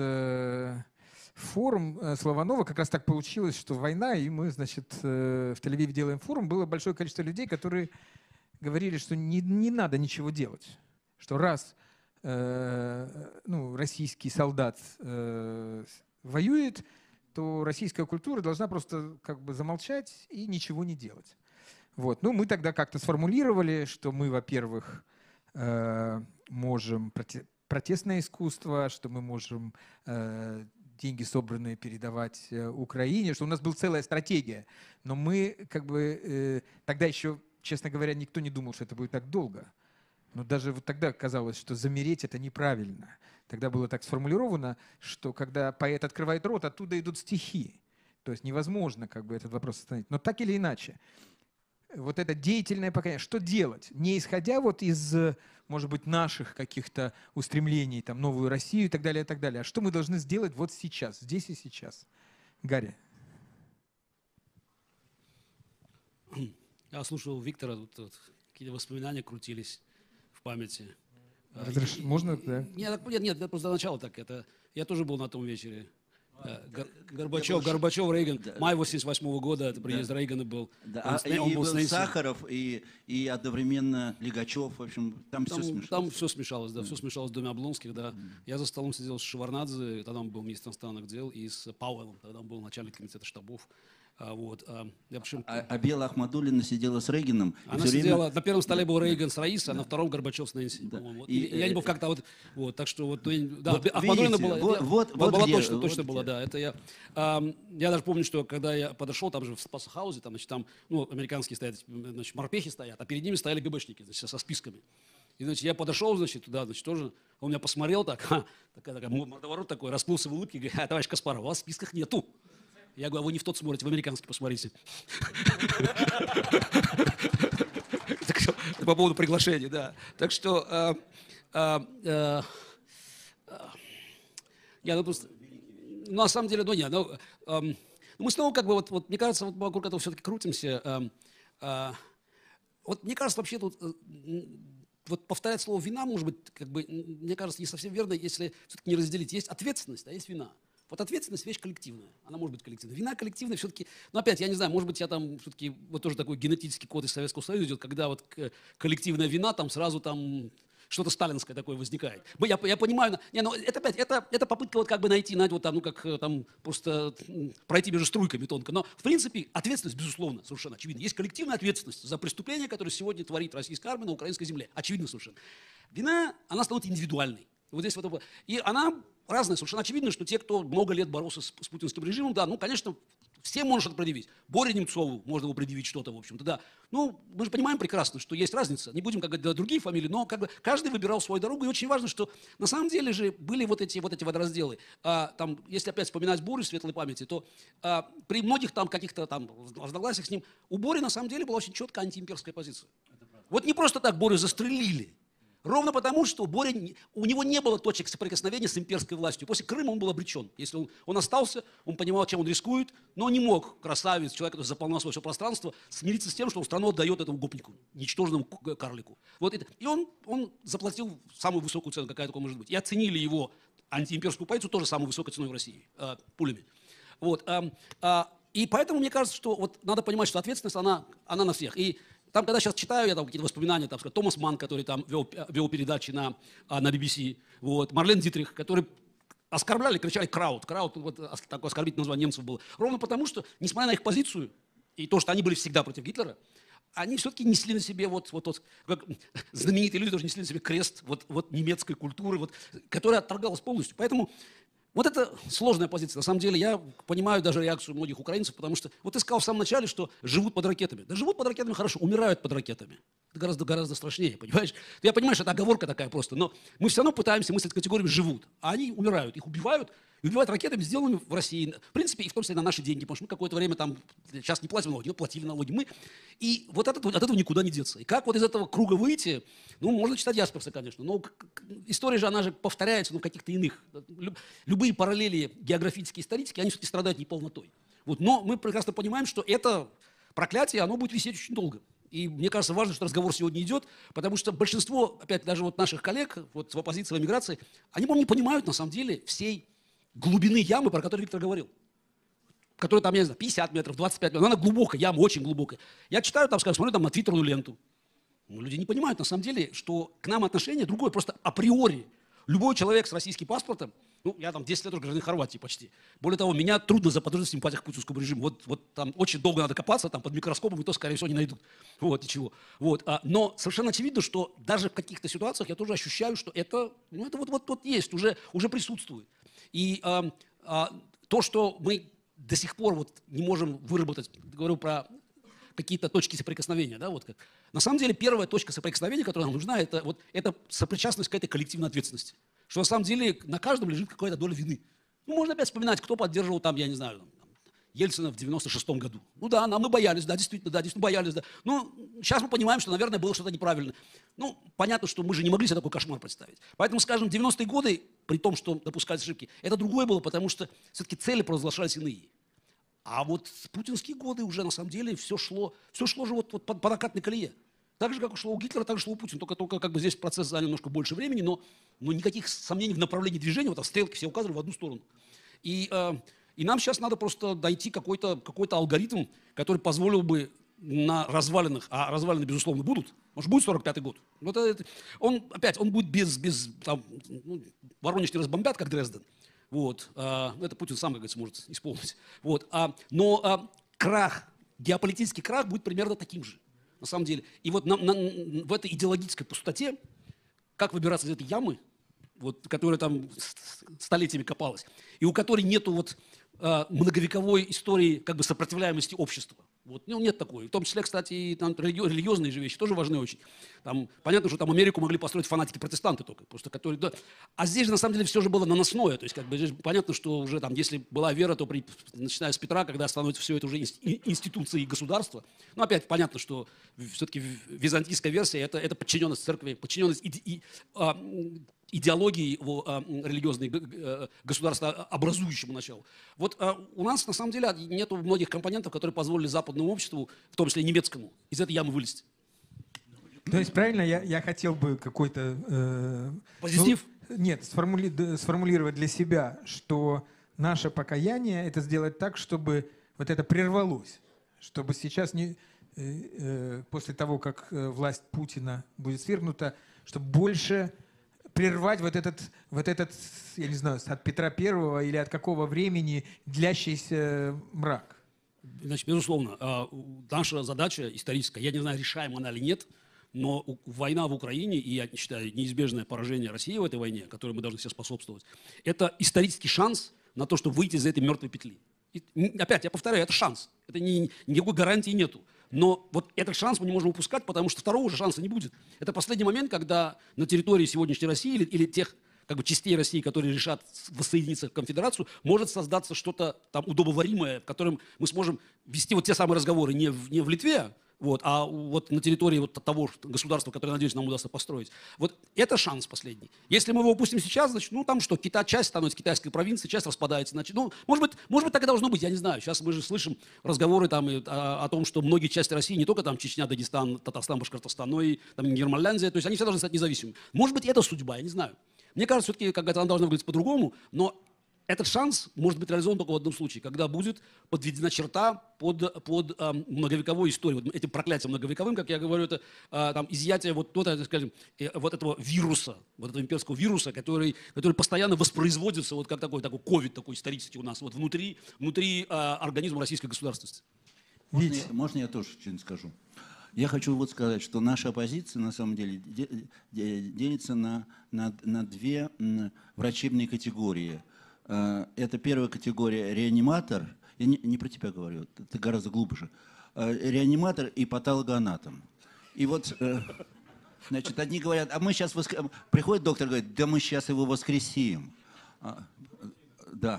форум Слованова, как раз так получилось, что война, и мы, значит, в Тель-Авиве делаем форум, было большое количество людей, которые говорили, что не надо ничего делать, что раз российский солдат воюет, то российская культура должна просто замолчать и ничего не делать. Вот. Мы тогда как-то сформулировали, что мы, во-первых, можем протестное искусство, что мы можем деньги, собранные, передавать Украине, что у нас была целая стратегия. Но мы тогда еще, честно говоря, никто не думал, что это будет так долго. Но даже тогда казалось, что замереть — это неправильно. Тогда было так сформулировано, что когда поэт открывает рот, оттуда идут стихи. То есть невозможно этот вопрос остановить. Но так или иначе, вот это деятельное покаяние, что делать? Не исходя из, может быть, наших каких-то устремлений, новую Россию и так далее, а что мы должны сделать сейчас, здесь и сейчас? Гарри. Я слушал Виктора, какие-то воспоминания крутились в памяти. Можно, да? Нет, это просто до начала так. Я тоже был на том вечере. Горбачев, Рейган. Да. Май 88 года, это приезд Рейгана был. Да. Он был Сахаров и одновременно Лигачев. В общем, там все смешалось. Там все смешалось, да. Все смешалось в доме Облонских, да. Я за столом сидел с Шеварднадзе, тогда он был министром иностранных дел, и с Пауэллом, тогда он был начальник комитета штабов. Бела Ахмадуллина сидела с Рейганом. Она сидела, на первом столе был Рейган с Раисой, а на втором Горбачев с Нэнси. Да. Я не был как-то так что Ахмадуллина была точно была, да. Это я даже помню, что когда я подошел, там же в Спасхаузе, там американские стоят, морпехи стоят, а перед ними стояли ГБшники, со списками. И, я подошел, туда, тоже, он меня посмотрел такой мордоворот такой, расплылся в улыбке, говорит: товарищ Каспаров, у вас в списках нету. Я говорю: а вы не в тот смотрите, в американский посмотрите. По поводу приглашения, да. Так что на самом деле, мы снова мне кажется, вокруг этого все-таки крутимся. Мне кажется, вообще тут повторять слово «вина», может быть, мне кажется, не совсем верно, если все-таки не разделить. Есть ответственность, а есть вина. Ответственность — вещь коллективная. Она может быть коллективной. Вина коллективная все-таки... опять, я не знаю, может быть, я все-таки... тоже такой генетический код из Советского Союза идет, когда коллективная вина, сразу что-то сталинское такое возникает. Я понимаю... это попытка найти, просто пройти между струйками тонко. Но, в принципе, ответственность, безусловно, совершенно очевидно. Есть коллективная ответственность за преступления, которые сегодня творит российская армия на украинской земле. Очевидно совершенно. Вина, она становится индивидуальной. Здесь и она разная. Совершенно очевидно, что те, кто много лет боролся с путинским режимом, да, конечно, всем можно что-то предъявить. Боре Немцову можно его предъявить что-то, в общем-то, да. Мы же понимаем прекрасно, что есть разница. Не будем другие фамилии, но каждый выбирал свою дорогу. И очень важно, что на самом деле же были эти водоразделы. Если опять вспоминать Борю светлой памяти, то при многих каких-то разногласиях с ним у Бори на самом деле была очень четкая антиимперская позиция. Не просто так Борю застрелили. Ровно потому, что у него не было точек соприкосновения с имперской властью. После Крыма он был обречен. Если он остался, он понимал, чем он рискует, но не мог, красавец, человек, который заполнял свое все пространство, смириться с тем, что он страну отдает этому гопнику, ничтожному карлику. И он заплатил самую высокую цену, какая только может быть. И оценили его антиимперскую позицию тоже самой высокой ценой в России, пулями. И поэтому мне кажется, что надо понимать, что ответственность, она на всех. И когда сейчас читаю я какие-то воспоминания, Томас Манн, который вел передачи на BBC, Марлен Дитрих, который оскорбляли, кричали «крауд». «Крауд» такое оскорбительное название немцев было. Ровно потому, что, несмотря на их позицию, и то, что они были всегда против Гитлера, они все-таки несли на себе, как знаменитые люди тоже несли на себе крест немецкой культуры, которая отторгалась полностью. Поэтому Вот это сложная позиция. На самом деле я понимаю даже реакцию многих украинцев, потому что вот ты сказал в самом начале, что живут под ракетами. Да живут под ракетами хорошо, умирают под ракетами. Это гораздо страшнее, понимаешь? Я понимаю, что это оговорка такая просто, но мы все равно пытаемся мыслить категориями «живут», а они умирают, их убивают, и убивают ракетами, сделанными в России. В принципе, и в том числе на наши деньги, потому что мы какое-то время там, сейчас не платим налоги, но платили налоги мы. И вот от этого никуда не деться. И как вот из этого круга выйти, ну, можно читать Ясперса, конечно, но история же, она же повторяется, но в каких-то иных. Любые параллели географические, исторические, они все-таки страдают неполнотой. Вот. Но мы прекрасно понимаем, что это проклятие, оно будет висеть очень долго. И мне кажется, важно, что разговор сегодня идет, потому что большинство, опять даже вот наших коллег вот в оппозиции, в эмиграции, они, по-моему, не понимают на самом деле всей глубины ямы, про которую Виктор говорил. Которая там, я не знаю, 50 метров, 25 метров. Она глубокая, яма очень глубокая. Я читаю там, скажем, смотрю там на твиттерную ленту. Но люди не понимают на самом деле, что к нам отношение другое, просто априори. Любой человек с российским паспортом, ну, я там 10 лет уже гражданин Хорватии почти. Более того, меня трудно заподозрить в симпатиях к путинскому режиму. Вот там очень долго надо копаться, там под микроскопом, и то, скорее всего, не найдут. Вот, ничего. Вот, но совершенно очевидно, что даже в каких-то ситуациях я тоже ощущаю, что это, ну, это вот есть, уже присутствует. И то, что мы до сих пор вот не можем выработать, говорю про какие-то точки соприкосновения, да, вот как. На самом деле первая точка соприкосновения, которая нам нужна, это сопричастность к этой коллективной ответственности. Что на самом деле на каждом лежит какая-то доля вины. Ну, можно опять вспоминать, кто поддерживал там, я не знаю, Ельцина в 96-м году. Ну да, мы боялись, да, действительно боялись, да. Ну, сейчас мы понимаем, что, наверное, было что-то неправильно. Ну, понятно, что мы же не могли себе такой кошмар представить. Поэтому, скажем, 90-е годы, при том, что допускались ошибки, это другое было, потому что все-таки цели провозглашались иные. А вот в путинские годы уже, на самом деле, все шло же вот по накатной колее. Так же, как шло у Гитлера, так же шло у Путина. Только как бы здесь процесс занял немножко больше времени, но никаких сомнений в направлении движения, вот стрелки все указывали в одну сторону. И нам сейчас надо просто дойти какой-то алгоритм, который позволил бы на развалинах, а развалины, безусловно, будут, может, будет 45-й год. Он будет без там, Воронеж не разбомбят, как Дрезден. Вот, это Путин сам, как говорится, может исполнить. Вот, но геополитический крах будет примерно таким же, на самом деле. И вот в этой идеологической пустоте, как выбираться из этой ямы, вот, которая там столетиями копалась, и у которой нету многовековой истории как бы сопротивляемости общества. Вот, нет такой. В том числе, кстати, и там религиозные же вещи тоже важны очень. Там, понятно, что там Америку могли построить фанатики-протестанты только. Просто, которые, да. А здесь же, на самом деле, все же было наносное. То есть, как бы, здесь понятно, что уже там, если была вера, то начиная с Петра, когда становится все это уже институцией государства. Ну, опять понятно, что все-таки византийская версия – это подчиненность церкви, подчиненность идеологии его религиозной государства образующему началу. Вот у нас, на самом деле, нет многих компонентов, которые позволили западному обществу, в том числе и немецкому, из этой ямы вылезти. То есть, правильно, я хотел бы какой-то... Позитив? Сформулировать для себя, что наше покаяние – это сделать так, чтобы вот это прервалось. Чтобы сейчас, после того, как власть Путина будет свергнута, чтобы больше... прервать вот этот, я не знаю, от Петра Первого или от какого времени длящийся мрак? Значит, безусловно, наша задача историческая, я не знаю, решаема она или нет, но война в Украине, и я считаю, неизбежное поражение России в этой войне, которой мы должны все способствовать, это исторический шанс на то, чтобы выйти из этой мертвой петли. И, опять, я повторяю, это шанс. Это никакой гарантии нету. Но вот этот шанс мы не можем упускать, потому что второго же шанса не будет. Это последний момент, когда на территории сегодняшней России или тех как бы, частей России, которые решат воссоединиться в конфедерацию, может создаться что-то там удобоваримое, в котором мы сможем вести вот те самые разговоры не в Литве, а вот на территории вот того государства, которое, надеюсь, нам удастся построить. Вот это шанс последний. Если мы его упустим сейчас, значит, там что, часть становится китайской провинцией, часть распадается. Значит, может быть, так и должно быть, я не знаю. Сейчас мы же слышим разговоры там о том, что многие части России, не только там Чечня, Дагестан, Татарстан, Башкортостан, но и там Германляндия, то есть они все должны стать независимыми. Может быть, это судьба, я не знаю. Мне кажется, все-таки как-то она должна выглядеть по-другому, но этот шанс может быть реализован только в одном случае, когда будет подведена черта под многовековой историей. Вот этим проклятием многовековым, как я говорю, это изъятие скажем, этого вируса, вот этого имперского вируса, который постоянно воспроизводится как такой ковид такой исторический у нас вот внутри организма российской государственности. Можно я тоже что-нибудь скажу? Я хочу сказать, что наша оппозиция на самом деле делится на две врачебные категории. Это первая категория реаниматор. Я не про тебя говорю, ты гораздо глубже. Реаниматор и патологоанатом. И вот, значит, одни говорят, а мы сейчас... Приходит доктор и говорит, да мы сейчас его воскресим. Да.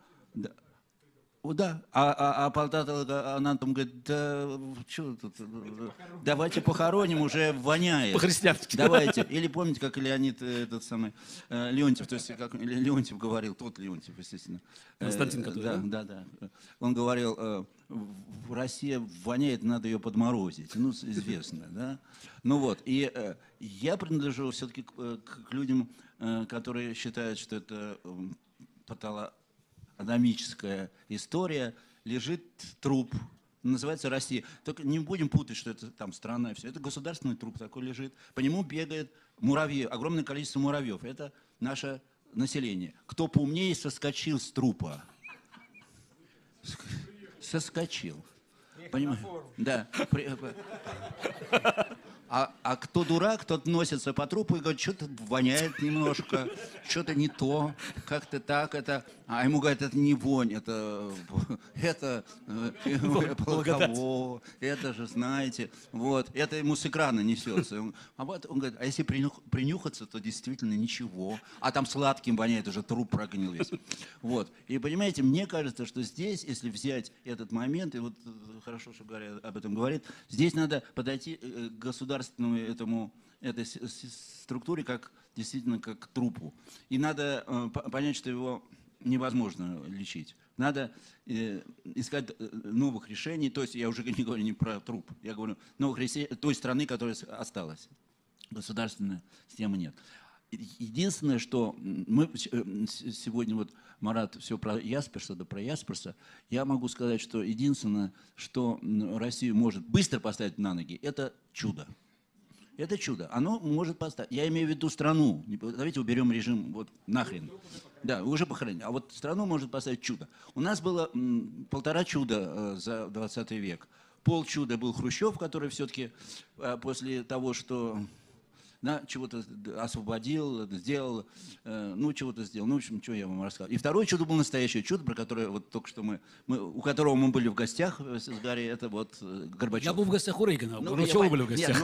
Да, а патологоанатом говорит, да что тут, давайте похороним, уже воняет. По-христиански. Давайте. Или помните, как Леонид, этот самый, Леонтьев, то есть, как Леонтьев говорил, тот Леонтьев, естественно. Константин, который, да. Он говорил, Россия воняет, надо ее подморозить. Ну, известно, да. Ну вот, и я принадлежу все-таки к людям, которые считают, что это патологоанатомическая история, лежит труп, называется Россия. Только не будем путать, что это там страна и все. Это государственный труп такой лежит. По нему бегает муравьи, огромное количество муравьев. Это наше население. Кто поумнее соскочил с трупа? Соскочил. Понимаешь? Да. А кто дурак, тот носится по трупу и говорит, что-то воняет немножко, что-то не то, как-то так это. А ему говорят, это не вонь, это кого, это же, знаете, вот, это ему с экрана несется. А вот он говорит, а если принюхаться, то действительно ничего. А там сладким воняет, уже труп прогнил весь. Вот. И понимаете, мне кажется, что здесь, если взять этот момент, и вот хорошо, что Гарри об этом говорит, здесь надо подойти к государственному этой структуре как действительно как к трупу. И надо понять, что его невозможно лечить. Надо искать новых решений. То есть я уже не говорю не про труп, я говорю новых решений той страны, которая осталась. Государственной системы нет. Единственное, что мы сегодня, вот Марат все про Ясперса, да про Ясперса, я могу сказать, что единственное, что Россию может быстро поставить на ноги, это чудо. Это чудо. Оно может поставить. Я имею в виду страну. Давайте уберем режим вот нахрен. Да, уже похоронили. А вот страну может поставить чудо. У нас было 1,5 чуда за 20 век. Полчуда был Хрущев, который все-таки после того, что чего-то освободил, сделал, чего-то сделал. Ну, в общем, что я вам рассказал. И второе чудо было настоящее чудо, про которое вот только что у которого мы были в гостях с Гарри, это вот Горбачев. Я был в гостях у Рейгана, Горбачева были в гостях.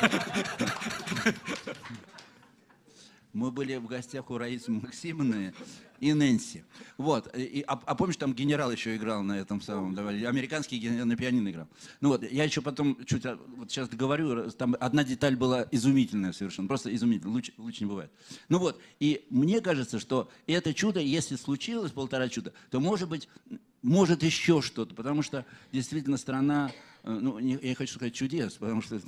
Мы были в гостях у Раисы Максимовны и Нэнси. Вот. А помнишь, там генерал еще играл на этом самом, американский генерал на пианино играл. Ну вот, я еще потом чуть, вот сейчас договорю, там одна деталь была изумительная совершенно, просто изумительная, лучше не бывает. Ну вот, и мне кажется, что это чудо, если случилось 1,5 чуда, то может еще что-то, потому что действительно страна, я хочу сказать чудес, потому что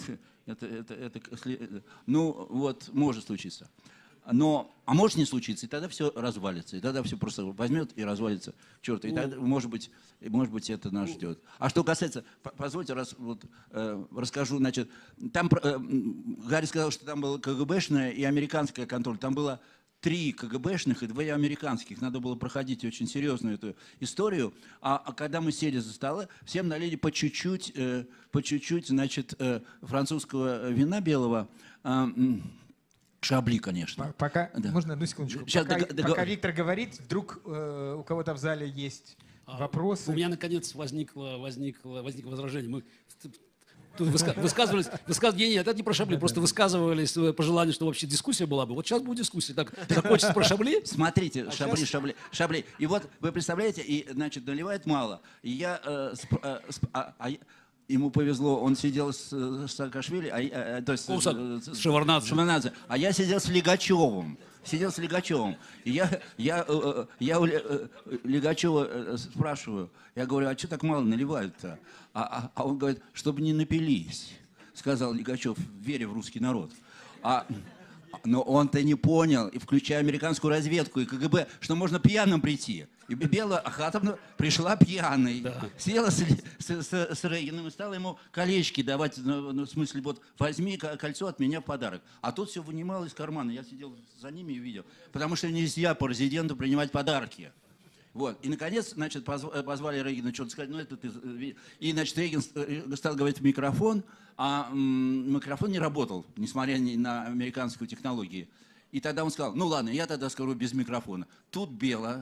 может случиться. А может не случиться, и тогда все развалится, и тогда все просто возьмет и развалится к черту. И тогда, может быть, это нас ждет. А что касается, позвольте, расскажу, значит, там Гарри сказал, что там было КГБшная и американская контроль. Там было 3 КГБшных и 2 американских. Надо было проходить очень серьезную эту историю. А когда мы сели за столы, всем налили по чуть-чуть, значит, французского вина белого. Шабли, конечно. Пока, да. Можно одну секундочку? Пока Виктор говорит, вдруг у кого-то в зале есть вопросы. У меня, наконец, возникло возражение. Мы высказывались, нет, это не про Шабли, просто высказывались пожелания, что вообще дискуссия была бы. Вот сейчас будет дискуссия. Так хочется про Шабли? Смотрите, Шабли. И вот вы представляете, и, значит, наливает мало. И я... Ему повезло, он сидел с Саакашвили, то есть с Шеварднадзе. А я сидел с Лигачевым. И я у Лигачева спрашиваю, я говорю, а что так мало наливают-то? А он говорит, чтобы не напились, сказал Лигачев, веря в русский народ. Но он-то не понял, и включая американскую разведку и КГБ, что можно пьяным прийти. И Белла Ахатовна пришла пьяной, села с Рейганом и стала ему колечки давать, в смысле, вот возьми кольцо от меня в подарок. А тут все вынимал из кармана, я сидел за ними и видел, потому что нельзя по резиденту принимать подарки. Вот. И, наконец, значит, позвали Рейгана что-то сказать, и, значит, Рейган стал говорить в микрофон, а микрофон не работал, несмотря на американскую технологию. И тогда он сказал, ну ладно, я тогда скажу без микрофона. Тут Белла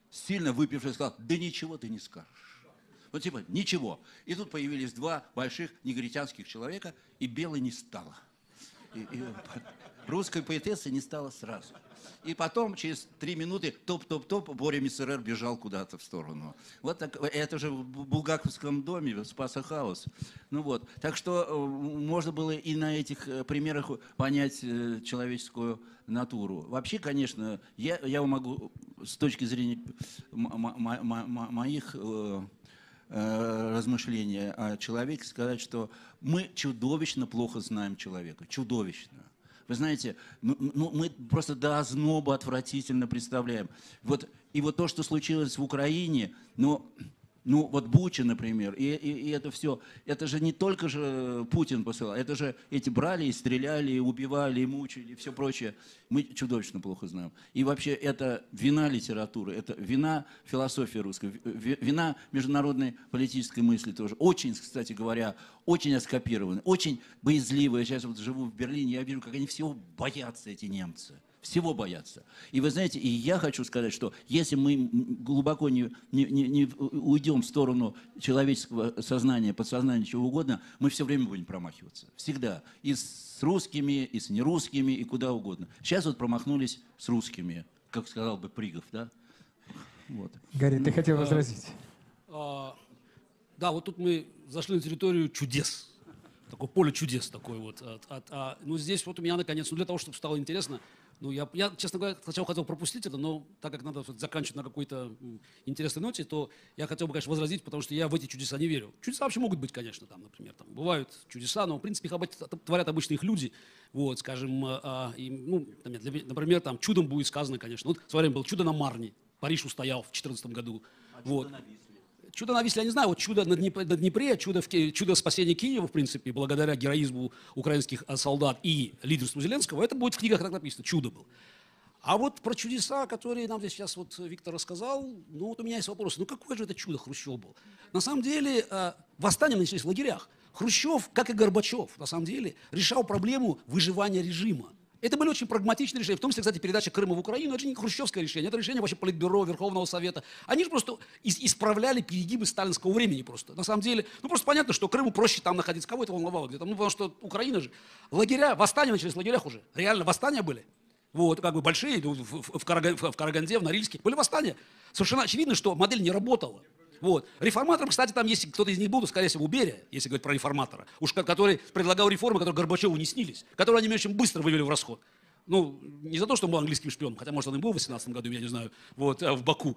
сильно выпивший, сказал: да ничего ты не скажешь. Вот типа ничего. И тут появились два больших негритянских человека, и белой не стало. И русской поэтессы не стало сразу. И потом, через 3 минуты, топ-топ-топ, Боря Миссерер бежал куда-то в сторону. Вот так, это же в Булгаковском доме, в Спаса Хаус. Ну вот. Так что можно было и на этих примерах понять человеческую натуру. Вообще, конечно, я могу с точки зрения моих размышления о человеке сказать, что мы чудовищно плохо знаем человека. Чудовищно. Вы знаете, мы просто до озноба отвратительно представляем. И вот то, что случилось в Украине, вот Буча, например, и это все, это же не только же Путин посылал, это же эти брали и стреляли, и убивали, и мучили, и все прочее. Мы чудовищно плохо знаем. И вообще это вина литературы, это вина философии русской, вина международной политической мысли тоже. Очень, кстати говоря, очень оскопированы, очень боязливые. Я сейчас вот живу в Берлине, я вижу, как они всего боятся, эти немцы. Всего боятся. И вы знаете, и я хочу сказать, что если мы глубоко не уйдем в сторону человеческого сознания, подсознания, чего угодно, мы все время будем промахиваться. Всегда. И с русскими, и с нерусскими, и куда угодно. Сейчас вот промахнулись с русскими, как сказал бы Пригов, да? Вот. Гарри, ты хотел возразить? Да, вот тут мы зашли на территорию чудес. Такое поле чудес такое вот. Ну, здесь вот у меня наконец, для того, чтобы стало интересно, я, честно говоря, сначала хотел пропустить это, но так как надо заканчивать на какой-то интересной ноте, то я хотел бы, конечно, возразить, потому что я в эти чудеса не верю. Чудеса вообще могут быть, конечно, там, например, там бывают чудеса, но, в принципе, их творят обычно их люди, вот, скажем, например, там чудом будет сказано, конечно. Вот в свое время было чудо на Марне, Париж устоял в 2014 году. Вот. Чудо на Висле, я не знаю, вот чудо на Днепре, чудо спасения Киева, в принципе, благодаря героизму украинских солдат и лидерству Зеленского, это будет в книгах так написано, чудо было. А вот про чудеса, которые нам здесь сейчас вот Виктор рассказал, вот у меня есть вопрос, какое же это чудо Хрущев был? На самом деле, восстания начались в лагерях. Хрущев, как и Горбачев, на самом деле, решал проблему выживания режима. Это были очень прагматичные решения, в том числе, кстати, передача Крыма в Украину, это же не хрущевское решение, это решение вообще Политбюро, Верховного Совета. Они же просто исправляли перегибы сталинского времени просто. На самом деле, просто понятно, что Крыму проще там находиться, кого это волновало где-то, потому что Украина же, лагеря, восстания начались в лагерях уже, реально восстания были. Вот, как бы большие, в Караганде, в Норильске, были восстания. Совершенно очевидно, что модель не работала. Вот. Реформатором, кстати, там, если кто-то из них был, то, скорее всего, Берия, если говорить про реформатора, который предлагал реформы, которые Горбачеву не снились, которые они очень быстро вывели в расход. Не за то, что он был английским шпионом, хотя, может, он и был в 18 году, я не знаю, в Баку.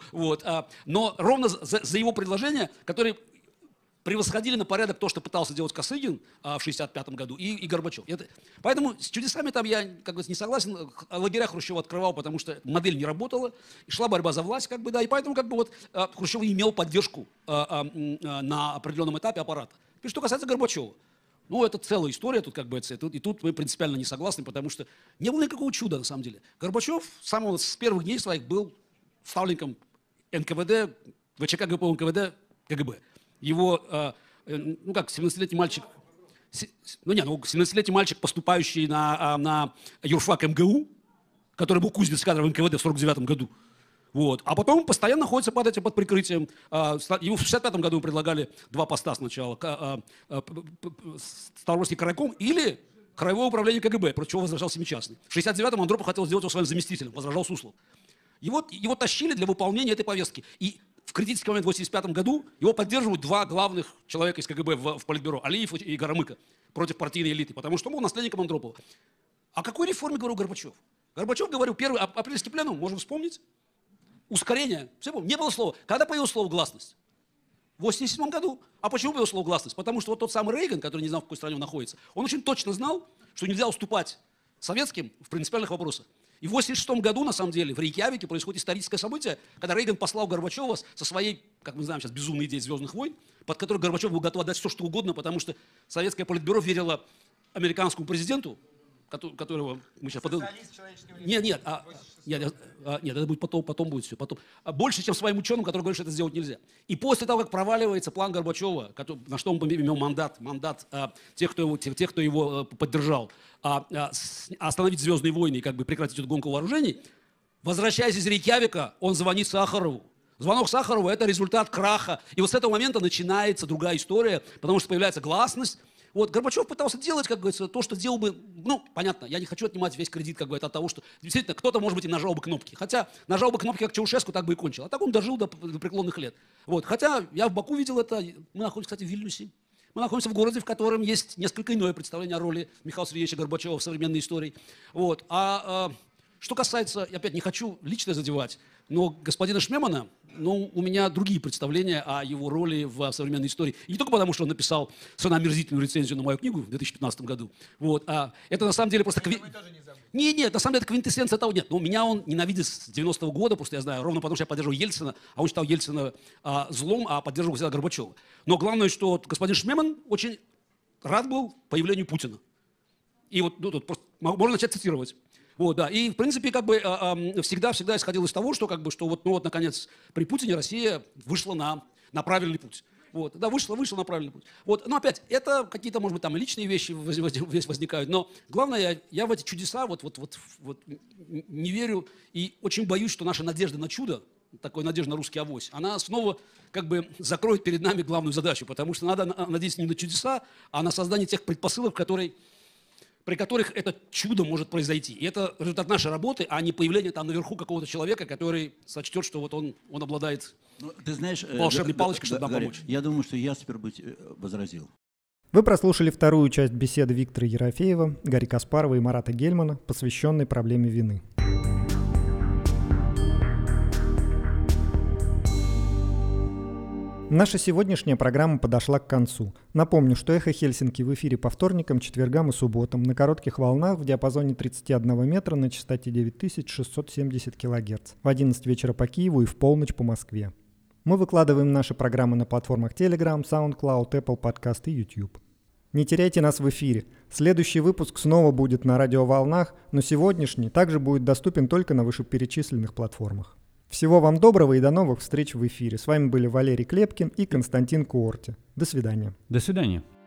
Но ровно за его предложения, которые превосходили на порядок то, что пытался делать Косыгин в 1965 году и Горбачев. Поэтому с чудесами там я не согласен. Лагеря Хрущева открывал, потому что модель не работала, и шла борьба за власть, и поэтому Хрущев имел поддержку на определенном этапе аппарата. И что касается Горбачева, это целая история, и тут мы принципиально не согласны, потому что не было никакого чуда, на самом деле. Горбачев с первых дней своих был ставленником НКВД, ВЧК ГПУ НКВД, КГБ. Его, 17-летний мальчик, 17-летний мальчик, поступающий на юрфак МГУ, который был кузнец кадров НКВД в 1949 году. А потом постоянно находится под прикрытием. Ему в 1965 году предлагали 2 поста сначала. Ставропольский крайком или Краевое управление КГБ, против чего возражал Семичастный. В 1969-м Андропов хотел сделать его своим заместителем, возражал Суслов. Его тащили для выполнения этой повестки. И в критический момент в 1985 году его поддерживают 2 главных человека из КГБ в Политбюро, Алиев и Горомыко, против партийной элиты, потому что он был наследником Андропова. О какой реформе говорил Горбачев? Горбачев говорил, первый апрельский пленум, можем вспомнить, ускорение, не было слова. Когда появилось слово «гласность»? В 1987 году. А почему появилось слово «гласность»? Потому что тот самый Рейган, который не знал, в какой стране он находится, он очень точно знал, что нельзя уступать советским в принципиальных вопросах. И в 1986 году, на самом деле, в Рейкьявике происходит историческое событие, когда Рейган послал Горбачева со своей, как мы знаем сейчас, безумной идеей «Звездных войн», под которой Горбачев был готов отдать все, что угодно, потому что советское политбюро верило американскому президенту, которого мы сейчас Нет, это будет потом будет все. Больше, чем своим ученым, которые говорят, что это сделать нельзя. И после того, как проваливается план Горбачева, на что он имел мандат тех, кто его поддержал, остановить «Звездные войны» и прекратить эту гонку вооружений, возвращаясь из Рейкьявика, он звонит Сахарову Звонок Сахарова – это результат краха. И вот с этого момента начинается другая история, потому что появляется гласность. Вот Горбачев пытался делать, как говорится, то, что делал бы, ну, понятно, я не хочу отнимать весь кредит, как говорится, от того, что действительно кто-то, может быть, и нажал бы кнопки. Хотя нажал бы кнопки, как Чаушеску, так бы и кончил. А так он дожил до преклонных лет. Вот. Хотя я в Баку видел это, мы находимся, кстати, в Вильнюсе. Мы находимся в городе, в котором есть несколько иное представление о роли Михаила Сергеевича Горбачева в современной истории. Вот. Что касается, я опять не хочу лично задевать, но господина Шмемана, ну, у меня другие представления о его роли в современной истории. И не только потому, что он написал совершенно омерзительную рецензию на мою книгу в 2015 году. Вот. Это на самом деле просто... Нет, на самом деле это квинтэссенция того. Нет, но меня он ненавидит с 90-го года, просто я знаю, ровно потому, что я поддерживал Ельцина, а он считал Ельцина злом, а поддерживал всегда Горбачева. Но главное, что вот господин Шмеман очень рад был появлению Путина. И вот тут просто можно начать цитировать. Вот, да. И, в принципе, как бы всегда исходил из того, что, как бы, что вот, ну, вот, наконец, при Путине Россия вышла на правильный путь. Вот, да, вышла на правильный путь. Вот, но опять, это какие-то, может быть, там личные вещи возникают, но главное, я в эти чудеса вот не верю и очень боюсь, что наша надежда на чудо, такой надежда на русский авось, она снова как бы закроет перед нами главную задачу, потому что надо надеяться не на чудеса, а на создание тех предпосылок, при которых это чудо может произойти. И это результат нашей работы, а не появление там наверху какого-то человека, который сочтет, что вот он обладает ты знаешь, волшебной палочкой, чтобы нам помочь. Я думаю, что Яспер бы возразил. Вы прослушали вторую часть беседы Виктора Ерофеева, Гарри Каспарова и Марата Гельмана, посвященной проблеме вины. Наша сегодняшняя программа подошла к концу. Напомню, что «Эхо Хельсинки» в эфире по вторникам, четвергам и субботам на коротких волнах в диапазоне 31 метра на частоте 9670 кГц в 11 вечера по Киеву и в полночь по Москве. Мы выкладываем наши программы на платформах Telegram, SoundCloud, Apple Podcast и YouTube. Не теряйте нас в эфире. Следующий выпуск снова будет на радиоволнах, но сегодняшний также будет доступен только на вышеперечисленных платформах. Всего вам доброго и до новых встреч в эфире. С вами были Валерий Клепкин и Константин Куорти. До свидания. До свидания.